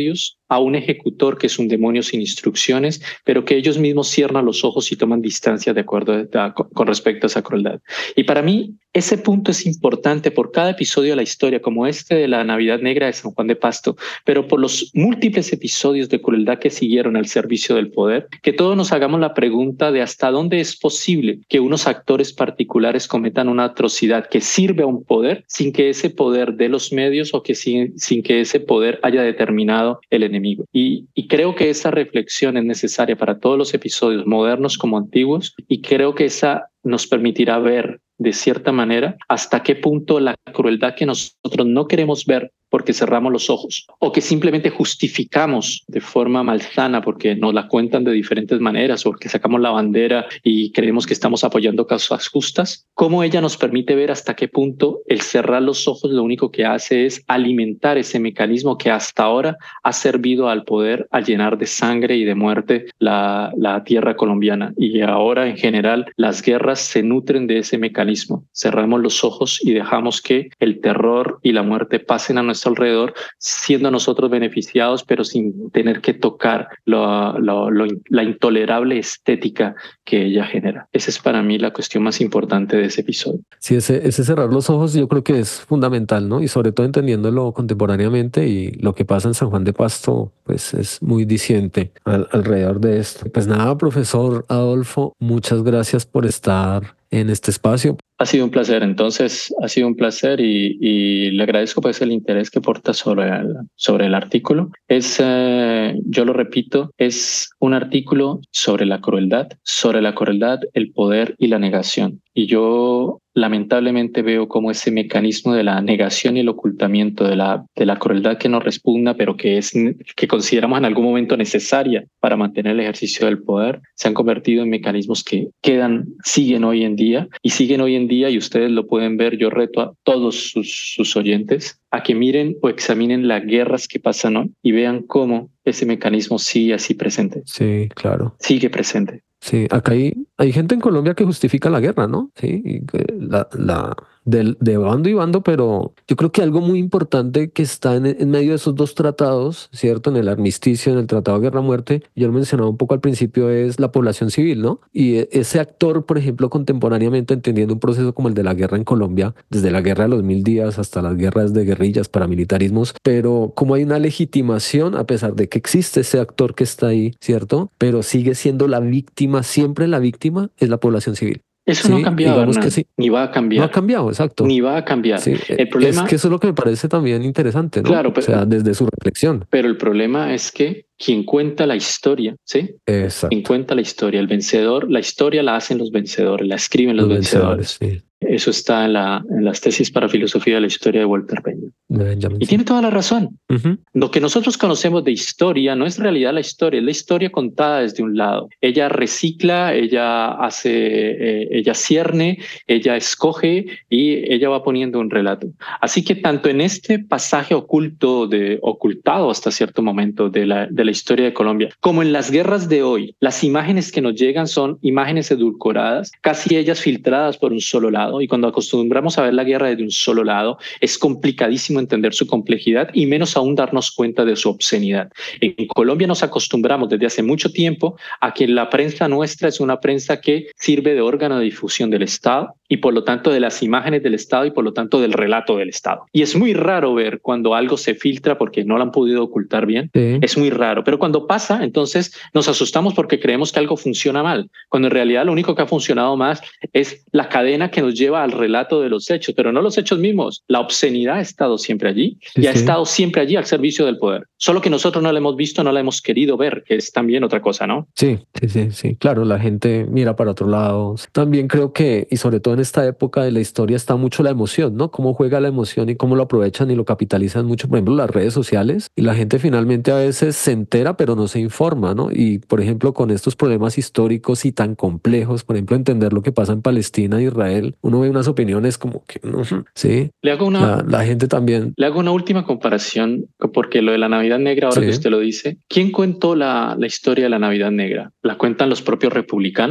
a un ejecutor que es un demonio sin instrucciones, pero que ellos mismos cierran los ojos y toman distancia de acuerdo a, a, con respecto a esa crueldad. Y para mí ese punto es importante por cada episodio de la historia, como este de la Navidad Negra de San Juan de Pasto, pero por los múltiples episodios de crueldad que siguieron al servicio del poder, que todos nos hagamos la pregunta de hasta dónde es posible que unos actores particulares cometan una atrocidad que sirve a un poder sin que ese poder dé los medios o que sin, sin que ese poder haya determinado el enemigo. Y, y creo que esa reflexión es necesaria para todos los episodios, modernos como antiguos, y creo que esa nos permitirá ver de cierta manera hasta qué punto la crueldad que nosotros no queremos ver porque cerramos los ojos o que simplemente justificamos de forma malsana porque nos la cuentan de diferentes maneras o porque sacamos la bandera y creemos que estamos apoyando causas justas, cómo ella nos permite ver hasta qué punto el cerrar los ojos lo único que hace es alimentar ese mecanismo que hasta ahora ha servido al poder a llenar de sangre y de muerte la, la tierra colombiana. Y ahora en general las guerras se nutren de ese mecanismo. Cerramos los ojos y dejamos que el terror y la muerte pasen a nuestro alrededor, siendo nosotros beneficiados, pero sin tener que tocar lo, lo, lo, la intolerable estética que ella genera. Esa es para mí la cuestión más importante de ese episodio. Sí, ese, ese cerrar los ojos yo creo que es fundamental, ¿no? Y sobre todo entendiéndolo contemporáneamente, y lo que pasa en San Juan de Pasto, pues es muy diciente al, alrededor de esto. Pues nada, profesor Adolfo, muchas gracias por estar en este espacio. Ha sido un placer, entonces ha sido un placer y, y le agradezco pues el interés que porta sobre el, sobre el artículo. Es, eh, yo lo repito, es un artículo sobre la crueldad, sobre la crueldad, el poder y la negación. Y yo lamentablemente veo como ese mecanismo de la negación y el ocultamiento de la, de la crueldad que nos repugna, pero que, es, que consideramos en algún momento necesaria para mantener el ejercicio del poder, se han convertido en mecanismos que quedan, siguen hoy en día y siguen hoy en día y ustedes lo pueden ver. Yo reto a todos sus, sus oyentes a que miren o examinen las guerras que pasan hoy y vean cómo ese mecanismo sigue así presente. Sí, claro. Sigue presente. Sí, acá hay, hay gente en Colombia que justifica la guerra, ¿no? Sí, y la, la, de, de bando y bando, pero yo creo que algo muy importante que está en, en medio de esos dos tratados, ¿cierto? En el armisticio, en el Tratado de Guerra-Muerte, yo lo mencionaba un poco al principio, es la población civil, ¿no? Y ese actor, por ejemplo, contemporáneamente entendiendo un proceso como el de la guerra en Colombia, desde la guerra de los mil días hasta las guerras de guerrillas, paramilitarismos, pero como hay una legitimación, a pesar de que existe ese actor que está ahí, ¿cierto? Pero sigue siendo la víctima. Siempre la víctima es la población civil. Eso sí, no ha cambiado, Hernán, que sí. Ni va a cambiar. No ha cambiado, exacto. Ni va a cambiar. Sí, el problema es que eso es lo que me parece también interesante, ¿no? Claro, pero, o sea, desde su reflexión. Pero el problema es que quien cuenta la historia, ¿sí? Exacto. Quien cuenta la historia, el vencedor, la historia la hacen los vencedores, la escriben los, los vencedores. vencedores sí. Eso está en, la, en las tesis para filosofía de la historia de Walter Benjamin. Benjamin y sí. tiene toda la razón. Uh-huh. Lo que nosotros conocemos de historia no es en realidad la historia, es la historia contada desde un lado. Ella recicla, ella hace, eh, ella cierne, ella escoge y ella va poniendo un relato. Así que tanto en este pasaje oculto, de, ocultado hasta cierto momento de la, de la historia de Colombia, como en las guerras de hoy, las imágenes que nos llegan son imágenes edulcoradas, casi ellas filtradas por un solo lado. Y cuando acostumbramos a ver la guerra desde un solo lado, es complicadísimo entender su complejidad y menos aún darnos cuenta de su obscenidad. En Colombia nos acostumbramos desde hace mucho tiempo a que la prensa nuestra es una prensa que sirve de órgano de difusión del Estado y por lo tanto de las imágenes del Estado y por lo tanto del relato del Estado. Y es muy raro ver cuando algo se filtra porque no lo han podido ocultar bien. Sí. Es muy raro. Pero cuando pasa, entonces nos asustamos porque creemos que algo funciona mal, cuando en realidad lo único que ha funcionado más es la cadena que nos lleva al relato de los hechos, pero no los hechos mismos. La obscenidad ha estado siempre allí sí, y ha sí. estado siempre allí al servicio del poder. Solo que nosotros no la hemos visto, no la hemos querido ver, que es también otra cosa, ¿no? Sí, sí, sí, sí. Claro, la gente mira para otro lado. También creo que, y sobre todo en esta época de la historia, está mucho la emoción, ¿no? Cómo juega la emoción y cómo lo aprovechan y lo capitalizan mucho, por ejemplo, las redes sociales. Y la gente finalmente a veces se entera, pero no se informa, ¿no? Y, por ejemplo, con estos problemas históricos y tan complejos, por ejemplo, entender lo que pasa en Palestina e Israel, uno ve unas opiniones como que, ¿sí? Le hago una, la, la gente también. Le hago una última comparación, porque lo de la Navidad Negra, ahora sí. que usted lo dice, ¿quién cuentó la, la historia de la Navidad Negra? ¿La cuentan los propios republicanos?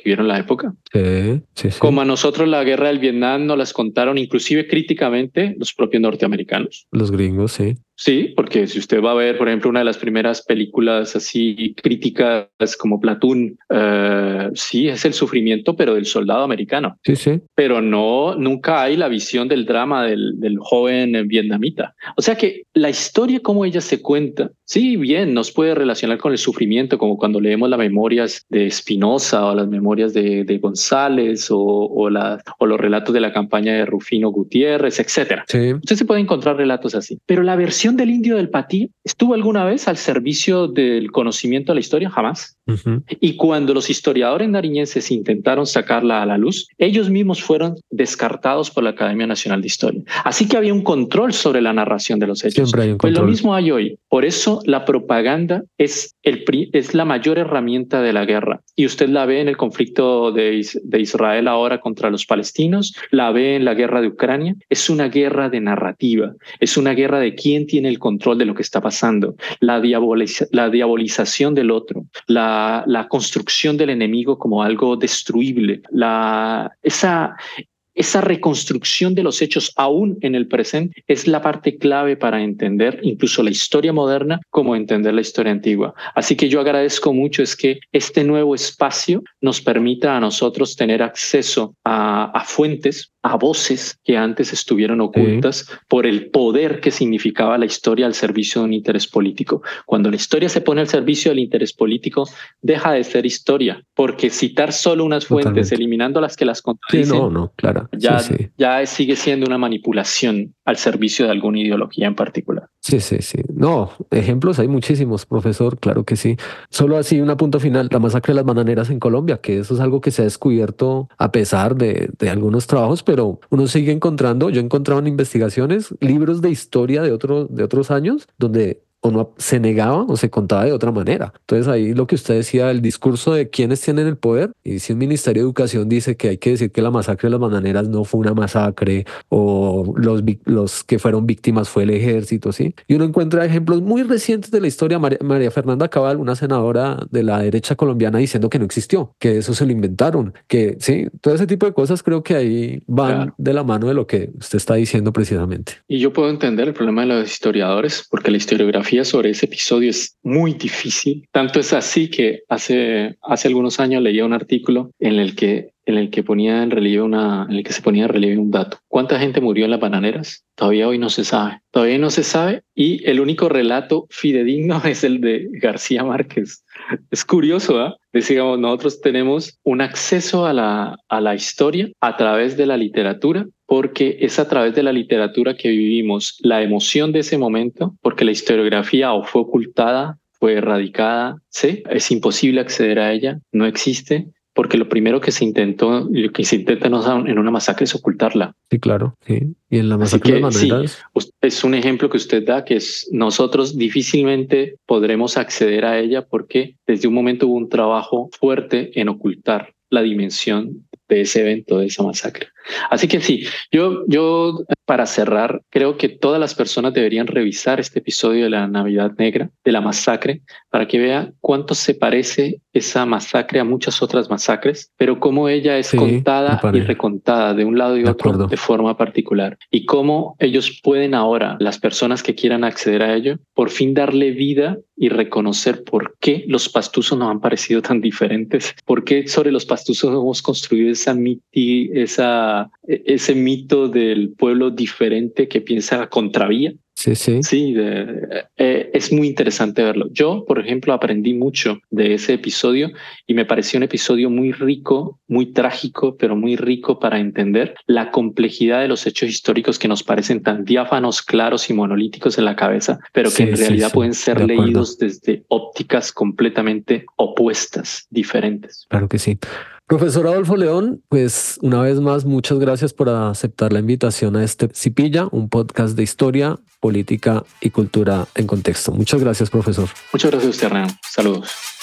vivieron la época. Sí, sí, sí. Como a nosotros la guerra del Vietnam nos las contaron inclusive críticamente los propios norteamericanos. Los gringos, sí. Sí, porque si usted va a ver, por ejemplo, una de las primeras películas así críticas como Platoon, uh, sí, es el sufrimiento, pero del soldado americano. Sí, sí. Pero no, nunca hay la visión del drama del, del joven vietnamita. O sea que la historia como ella se cuenta, sí, bien, nos puede relacionar con el sufrimiento, como cuando leemos las memorias de Spinoza o las memorias de, de González o, o, la, o los relatos de la campaña de Rufino Gutiérrez, etcétera. Sí. Usted se puede encontrar relatos así, pero la versión del Indio del Patí estuvo alguna vez al servicio del conocimiento de la historia, jamás. Uh-huh. Y cuando los historiadores nariñenses intentaron sacarla a la luz, ellos mismos fueron descartados por la Academia Nacional de Historia. Así que había un control sobre la narración de los hechos. Siempre hay un pues control. Lo mismo hay hoy. Por eso la propaganda es, el, es la mayor herramienta de la guerra. Y usted la ve en el conflicto de, de Israel ahora contra los palestinos, la ve en la guerra de Ucrania. Es una guerra de narrativa. Es una guerra de quién tiene el control de lo que está pasando. La, diaboliza, la diabolización del otro. La, la construcción del enemigo como algo destruible. La, esa... Esa reconstrucción de los hechos aún en el presente es la parte clave para entender incluso la historia moderna como entender la historia antigua. Así que yo agradezco mucho es que este nuevo espacio nos permita a nosotros tener acceso a, a fuentes, a voces que antes estuvieron ocultas sí. por el poder que significaba la historia al servicio de un interés político. Cuando la historia se pone al servicio del interés político, deja de ser historia, porque citar solo unas fuentes, Totalmente. eliminando las que las contradicen, sí, no, no, claro. Ya, sí, sí. ya sigue siendo una manipulación al servicio de alguna ideología en particular. Sí, sí, sí. No, ejemplos hay muchísimos, profesor, claro que sí. Solo así una punto final, la masacre de las bananeras en Colombia, que eso es algo que se ha descubierto a pesar de, de algunos trabajos, pero uno sigue encontrando, yo he encontrado en investigaciones, libros de historia de, otro, de otros años, donde o no se negaba o se contaba de otra manera. Entonces ahí lo que usted decía, el discurso de quienes tienen el poder, y si el Ministerio de Educación dice que hay que decir que la masacre de las bananeras no fue una masacre o los, los que fueron víctimas fue el ejército, ¿sí? Y uno encuentra ejemplos muy recientes de la historia. María, María Fernanda Cabal, una senadora de la derecha colombiana, diciendo que no existió, que eso se lo inventaron, que sí, todo ese tipo de cosas creo que ahí van claro. de la mano de lo que usted está diciendo precisamente. Y yo puedo entender el problema de los historiadores, porque la historiografía sobre ese episodio es muy difícil. Tanto es así que hace, hace algunos años leía un artículo en el que en el que ponía en relieve una, en el que se ponía en relieve un dato. ¿Cuánta gente murió en las bananeras? Todavía hoy no se sabe. Todavía no se sabe y el único relato fidedigno es el de García Márquez. Es curioso, ¿eh? Digamos, nosotros tenemos un acceso a la, a la historia a través de la literatura, porque es a través de la literatura que vivimos la emoción de ese momento, porque la historiografía o fue ocultada, fue erradicada, ¿sí? Es imposible acceder a ella, no existe. Porque lo primero que se intentó, lo que se intenta en una masacre es ocultarla. Sí, claro. Sí. Y en la masacre de las bananeras. Sí, es un ejemplo que usted da, que es nosotros difícilmente podremos acceder a ella porque desde un momento hubo un trabajo fuerte en ocultar la dimensión de ese evento, de esa masacre. Así que sí, yo, yo para cerrar, creo que todas las personas deberían revisar este episodio de la Navidad Negra, de la masacre, para que vea cuánto se parece esa masacre a muchas otras masacres, pero cómo ella es sí, contada y recontada de un lado y de otro acuerdo. de forma particular. Y cómo ellos pueden ahora, las personas que quieran acceder a ello, por fin darle vida y reconocer por qué los pastuzos nos han parecido tan diferentes, por qué sobre los pastuzos hemos construido esa miti, esa, ese mito del pueblo diferente que piensa contravía. Sí, sí. Sí, de, eh, es muy interesante verlo. Yo, por ejemplo, aprendí mucho de ese episodio y me pareció un episodio muy rico, muy trágico, pero muy rico para entender la complejidad de los hechos históricos que nos parecen tan diáfanos, claros y monolíticos en la cabeza, pero que sí, en realidad sí, sí. pueden ser de leídos desde ópticas completamente opuestas, diferentes. Claro que sí. Profesor Adolfo León, pues una vez más, muchas gracias por aceptar la invitación a este Cipilla, un podcast de historia, política y cultura en contexto. Muchas gracias, profesor. Muchas gracias a usted, Hernán. Saludos.